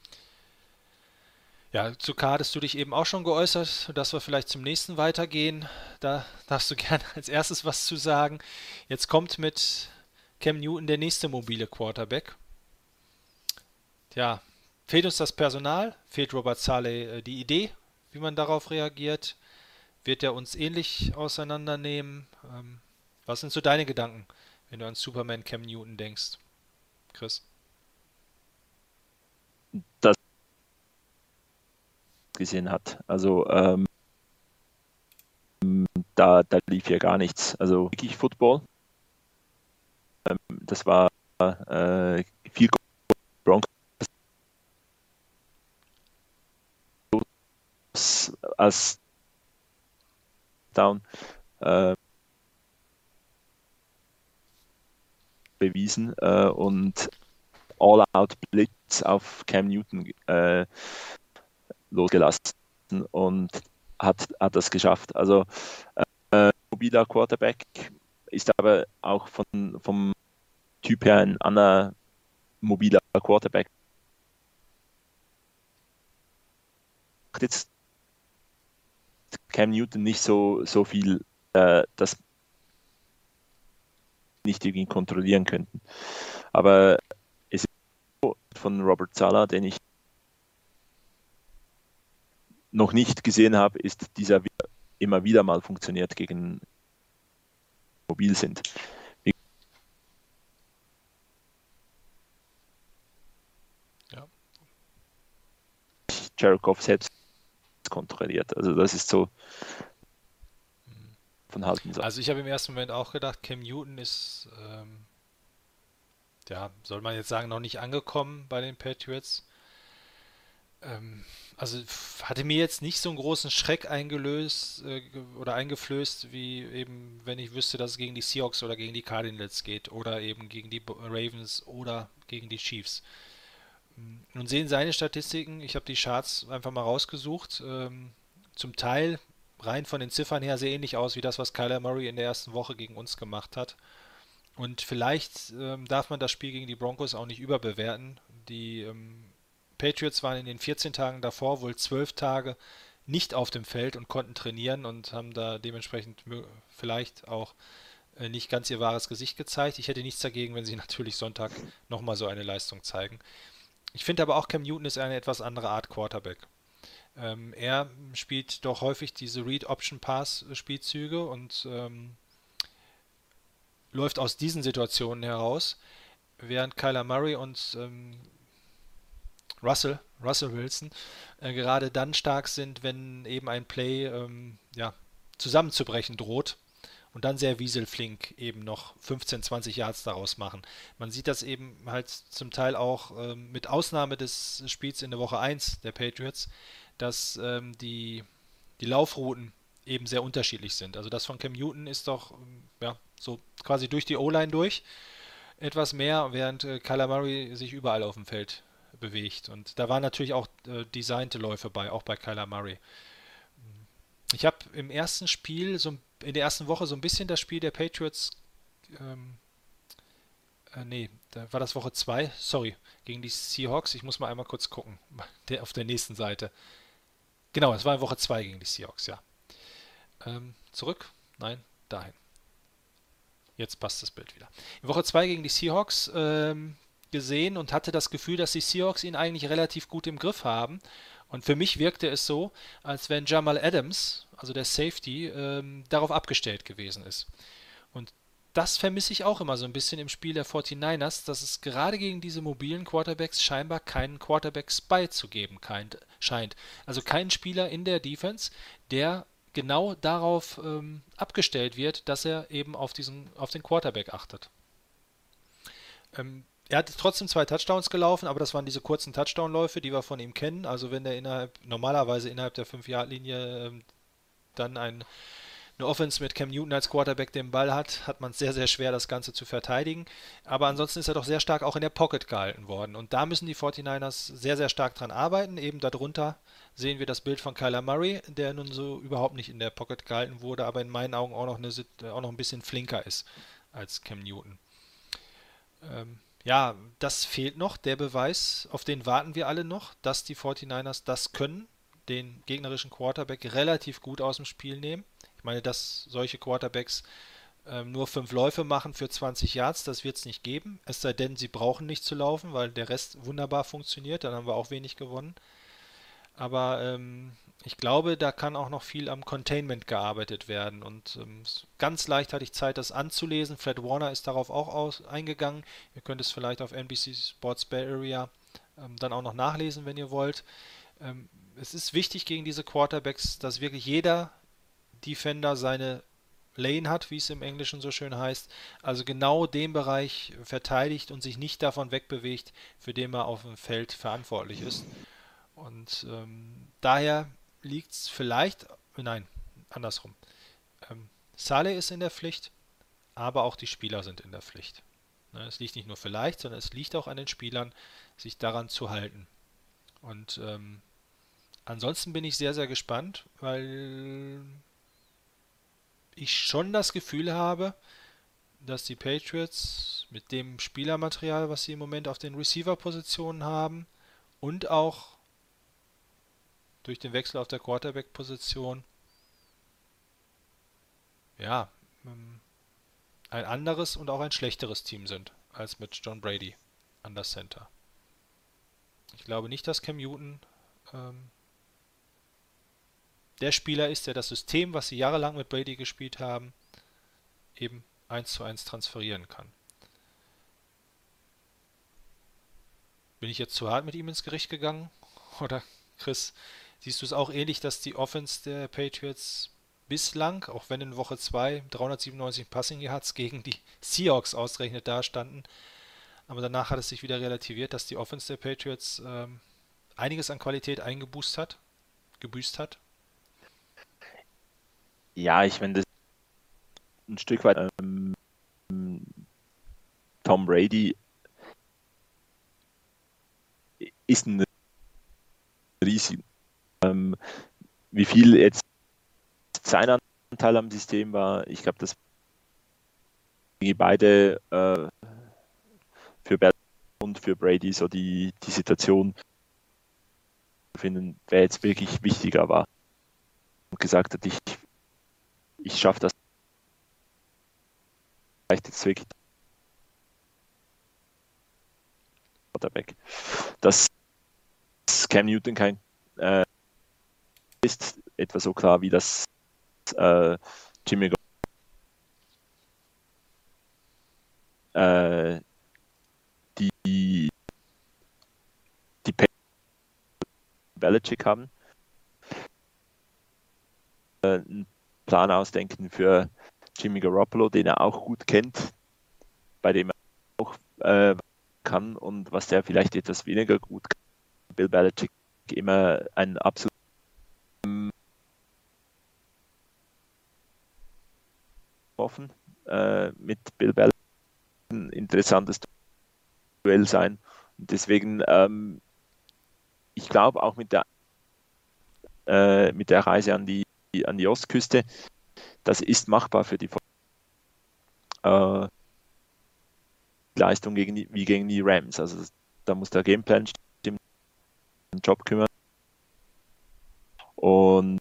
Ja, zu K hattest du dich eben auch schon geäußert, dass wir vielleicht zum nächsten weitergehen. Da darfst du gerne als erstes was zu sagen. Jetzt kommt mit Cam Newton der nächste mobile Quarterback. Tja, fehlt uns das Personal? Fehlt Robert Saleh äh, die Idee, wie man darauf reagiert? Wird er uns ähnlich auseinandernehmen? Ähm, was sind so deine Gedanken, wenn du an Superman Cam Newton denkst, Chris? Das gesehen hat. Also ähm, da, da lief ja gar nichts. Also wirklich Football. Ähm, das war äh, viel Broncos als Down äh, bewiesen äh, und All-Out Blitz auf Cam Newton äh, losgelassen und hat, hat das geschafft. Also äh, mobiler Quarterback ist aber auch von, vom Typ her ein anderer mobiler Quarterback. Jetzt Cam Newton nicht so, so viel, äh, dass nicht irgendwie kontrollieren könnten. Aber es ist so von Robert Saleh, den ich noch nicht gesehen habe, ist dieser immer wieder mal funktioniert gegen mobil sind. Ja. Jared Goff selbst kontrolliert. Also das ist so von Halten. Also ich habe im ersten Moment auch gedacht, Cam Newton ist, ähm, ja, soll man jetzt sagen, noch nicht angekommen bei den Patriots. Ähm, also f- hatte mir jetzt nicht so einen großen Schreck eingelöst äh, ge- oder eingeflößt, wie eben, wenn ich wüsste, dass es gegen die Seahawks oder gegen die Cardinals geht oder eben gegen die Bo- Ravens oder gegen die Chiefs. Mm, Nun sehen seine Statistiken, ich habe die Charts einfach mal rausgesucht, ähm, zum Teil rein von den Ziffern her sehr ähnlich aus wie das, was Kyler Murray in der ersten Woche gegen uns gemacht hat. Und vielleicht ähm, darf man das Spiel gegen die Broncos auch nicht überbewerten. Die ähm, Patriots waren in den vierzehn Tagen davor wohl zwölf Tage nicht auf dem Feld und konnten trainieren und haben da dementsprechend mö- vielleicht auch äh, nicht ganz ihr wahres Gesicht gezeigt. Ich hätte nichts dagegen, wenn sie natürlich Sonntag nochmal so eine Leistung zeigen. Ich finde aber auch, Cam Newton ist eine etwas andere Art Quarterback. Ähm, er spielt doch häufig diese Read-Option-Pass-Spielzüge und ähm, läuft aus diesen Situationen heraus, während Kyler Murray und ähm, Russell, Russell Wilson äh, gerade dann stark sind, wenn eben ein Play ähm, ja, zusammenzubrechen droht und dann sehr wieselflink eben noch fünfzehn, zwanzig Yards daraus machen. Man sieht das eben halt zum Teil auch ähm, mit Ausnahme des Spiels in der Woche eins der Patriots, dass ähm, die, die Laufrouten eben sehr unterschiedlich sind. Also das von Cam Newton ist doch ähm, ja, so quasi durch die O-Line durch etwas mehr, während äh, Kyler Murray sich überall auf dem Feld bewegt. Und da waren natürlich auch äh, designte Läufe bei, auch bei Kyler Murray. Ich habe im ersten Spiel, so in der ersten Woche so ein bisschen das Spiel der Patriots, ähm, äh, nee, da war das Woche zwei, sorry, gegen die Seahawks. Ich muss mal einmal kurz gucken, der, auf der nächsten Seite. Genau, es war in Woche zwei gegen die Seahawks, ja. Ähm, zurück? Nein, dahin. Jetzt passt das Bild wieder. In Woche zwei gegen die Seahawks ähm, gesehen und hatte das Gefühl, dass die Seahawks ihn eigentlich relativ gut im Griff haben. Und für mich wirkte es so, als wenn Jamal Adams, also der Safety, ähm, darauf abgestellt gewesen ist. Und das vermisse ich auch immer so ein bisschen im Spiel der forty-niners, dass es gerade gegen diese mobilen Quarterbacks scheinbar keinen Quarterback-Spy zu geben kein, scheint. Also kein Spieler in der Defense, der genau darauf ähm, abgestellt wird, dass er eben auf diesen, auf den Quarterback achtet. Ähm, er hat trotzdem zwei Touchdowns gelaufen, aber das waren diese kurzen Touchdown-Läufe, die wir von ihm kennen. Also wenn er innerhalb, normalerweise innerhalb der fünf-Yard-Linie ähm, dann ein, eine Offense mit Cam Newton als Quarterback den Ball hat, hat man es sehr, sehr schwer, das Ganze zu verteidigen. Aber ansonsten ist er doch sehr stark auch in der Pocket gehalten worden. Und da müssen die forty-niners sehr, sehr stark dran arbeiten. Eben darunter sehen wir das Bild von Kyler Murray, der nun so überhaupt nicht in der Pocket gehalten wurde, aber in meinen Augen auch noch, eine, auch noch ein bisschen flinker ist als Cam Newton. Ähm, ja, das fehlt noch, der Beweis, auf den warten wir alle noch, dass die forty-niners das können, den gegnerischen Quarterback relativ gut aus dem Spiel nehmen. Ich meine, dass solche Quarterbacks ähm, nur fünf Läufe machen für zwanzig Yards, das wird es nicht geben. Es sei denn, sie brauchen nicht zu laufen, weil der Rest wunderbar funktioniert, dann haben wir auch wenig gewonnen. Aber ähm, ich glaube, da kann auch noch viel am Containment gearbeitet werden. Und ähm, ganz leicht hatte ich Zeit, das anzulesen. Fred Warner ist darauf auch aus, eingegangen. Ihr könnt es vielleicht auf N B C Sports Bay Area ähm, dann auch noch nachlesen, wenn ihr wollt. Ähm, es ist wichtig gegen diese Quarterbacks, dass wirklich jeder Defender seine Lane hat, wie es im Englischen so schön heißt. Also genau den Bereich verteidigt und sich nicht davon wegbewegt, für den er auf dem Feld verantwortlich ist. Und ähm, daher liegt es vielleicht, nein, andersrum. Ähm, Saleh ist in der Pflicht, aber auch die Spieler sind in der Pflicht. Ne, es liegt nicht nur vielleicht, sondern es liegt auch an den Spielern, sich daran zu halten. Und ähm, ansonsten bin ich sehr, sehr gespannt, weil ich schon das Gefühl habe, dass die Patriots mit dem Spielermaterial, was sie im Moment auf den Receiver-Positionen haben und auch durch den Wechsel auf der Quarterback-Position, ja, ein anderes und auch ein schlechteres Team sind als mit John Brady an der Center. Ich glaube nicht, dass Cam Newton ähm, der Spieler ist, der das System, was sie jahrelang mit Brady gespielt haben, eben eins zu eins transferieren kann. Bin ich jetzt zu hart mit ihm ins Gericht gegangen? Oder, Chris, siehst du es auch ähnlich, dass die Offense der Patriots bislang, auch wenn in Woche zwei dreihundertsiebenundneunzig Passing Yards gegen die Seahawks ausgerechnet dastanden, aber danach hat es sich wieder relativiert, dass die Offense der Patriots ähm, einiges an Qualität eingeboost hat, gebüßt hat? Ja, ich meine, das ein Stück weit ähm, Tom Brady ist ein riesig. Ähm, wie viel jetzt sein Anteil am System war, ich glaube, das beide äh, für Bell und für Brady so die, die Situation finden, wer jetzt wirklich wichtiger war und gesagt hat, ich, ich schaffe das vielleicht jetzt wirklich Quarterback. Dass Cam Newton kein äh, ist etwa so klar wie das äh, Jimmy äh, die die Belichick haben äh, einen Plan ausdenken für Jimmy Garoppolo, den er auch gut kennt, bei dem er auch äh, kann und was der vielleicht etwas weniger gut kann. Bill Belichick immer ein absolut offen äh, mit Bill Belichick ein interessantes Duell sein. Und deswegen, ähm, ich glaube auch mit der äh, mit der Reise an die an die Ostküste, das ist machbar für die äh, Leistung gegen die, wie gegen die Rams. Also das, da muss der Gameplan stimmen, den Job kümmern. Und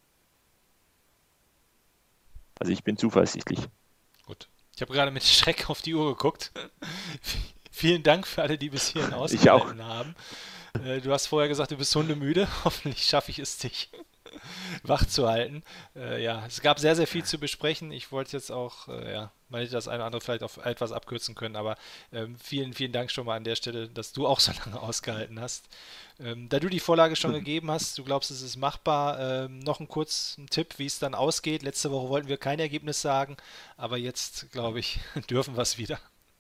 also ich bin zuversichtlich. Gut. Ich habe gerade mit Schreck auf die Uhr geguckt. Vielen Dank für alle, die bis hierhin Ich auch. ausgehalten haben. Äh, du hast vorher gesagt, du bist hundemüde. Hoffentlich schaffe ich es, dich wach zu halten. Äh, ja, es gab sehr, sehr viel zu besprechen. Ich wollte jetzt auch, äh, ja, man hätte das eine oder andere vielleicht auf etwas abkürzen können, aber ähm, vielen, vielen Dank schon mal an der Stelle, dass du auch so lange ausgehalten hast. Ähm, da du die Vorlage schon gegeben hast, du glaubst, es ist machbar, ähm, noch einen kurzen Tipp, wie es dann ausgeht. Letzte Woche wollten wir kein Ergebnis sagen, aber jetzt, glaube ich, dürfen wir es wieder.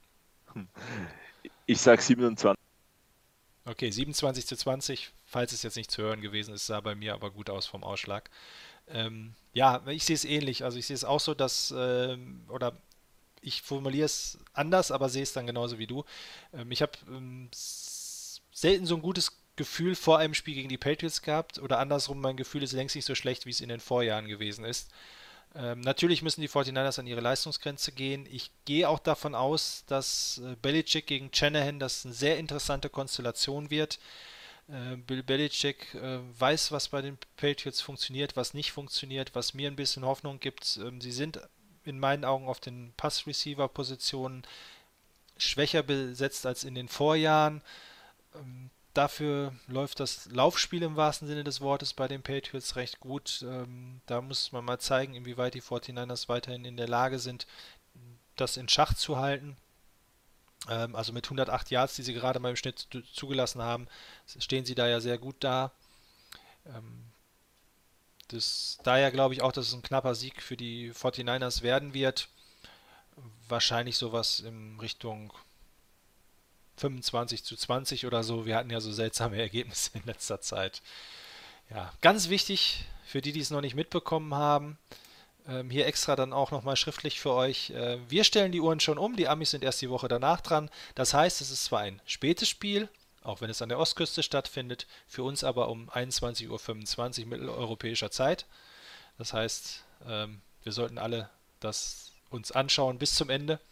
Ich sage siebenundzwanzig. Okay, siebenundzwanzig zu zwanzig, falls es jetzt nicht zu hören gewesen ist, sah bei mir aber gut aus vom Ausschlag. Ähm, ja, ich sehe es ähnlich. Also ich sehe es auch so, dass, ähm, oder ich formuliere es anders, aber sehe es dann genauso wie du. Ähm, ich habe ähm, selten so ein gutes Gefühl vor einem Spiel gegen die Patriots gehabt, oder andersrum, mein Gefühl ist längst nicht so schlecht, wie es in den Vorjahren gewesen ist. Ähm, natürlich müssen die forty-niners an ihre Leistungsgrenze gehen. Ich gehe auch davon aus, dass äh, Belichick gegen Shanahan das eine sehr interessante Konstellation wird. Äh, Bill Belichick äh, weiß, was bei den Patriots funktioniert, was nicht funktioniert, was mir ein bisschen Hoffnung gibt. Ähm, sie sind in meinen Augen auf den Pass-Receiver-Positionen schwächer besetzt als in den Vorjahren. Ähm, Dafür läuft das Laufspiel im wahrsten Sinne des Wortes bei den Patriots recht gut. Ähm, da muss man mal zeigen, inwieweit die forty-niners weiterhin in der Lage sind, das in Schach zu halten. Ähm, also mit hundertacht Yards, die sie gerade mal im Schnitt zugelassen haben, stehen sie da ja sehr gut da. Ähm, das, daher glaube ich auch, dass es ein knapper Sieg für die forty-niners werden wird. Wahrscheinlich sowas in Richtung fünfundzwanzig zu zwanzig oder so. Wir hatten ja so seltsame Ergebnisse in letzter Zeit. Ja, ganz wichtig für die, die es noch nicht mitbekommen haben, ähm, hier extra dann auch nochmal schriftlich für euch. Äh, wir stellen die Uhren schon um, die Amis sind erst die Woche danach dran. Das heißt, es ist zwar ein spätes Spiel, auch wenn es an der Ostküste stattfindet, für uns aber um einundzwanzig Uhr fünfundzwanzig mitteleuropäischer Zeit. Das heißt, ähm, wir sollten alle das uns anschauen bis zum Ende.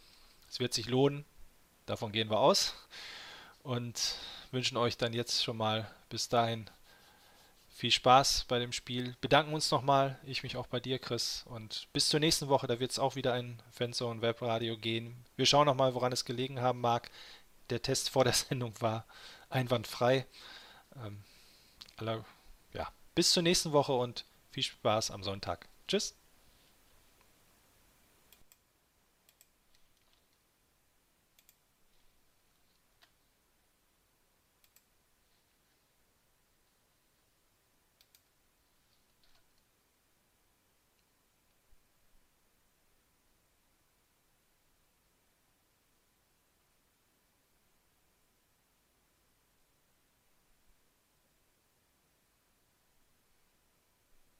Es wird sich lohnen, davon gehen wir aus. Und wünschen euch dann jetzt schon mal bis dahin viel Spaß bei dem Spiel. Bedanken uns nochmal, ich mich auch bei dir, Chris. Und bis zur nächsten Woche, da wird es auch wieder ein Fanzone Webradio gehen. Wir schauen nochmal, woran es gelegen haben mag. Der Test vor der Sendung war einwandfrei. Ähm, aller, ja, bis zur nächsten Woche und viel Spaß am Sonntag. Tschüss.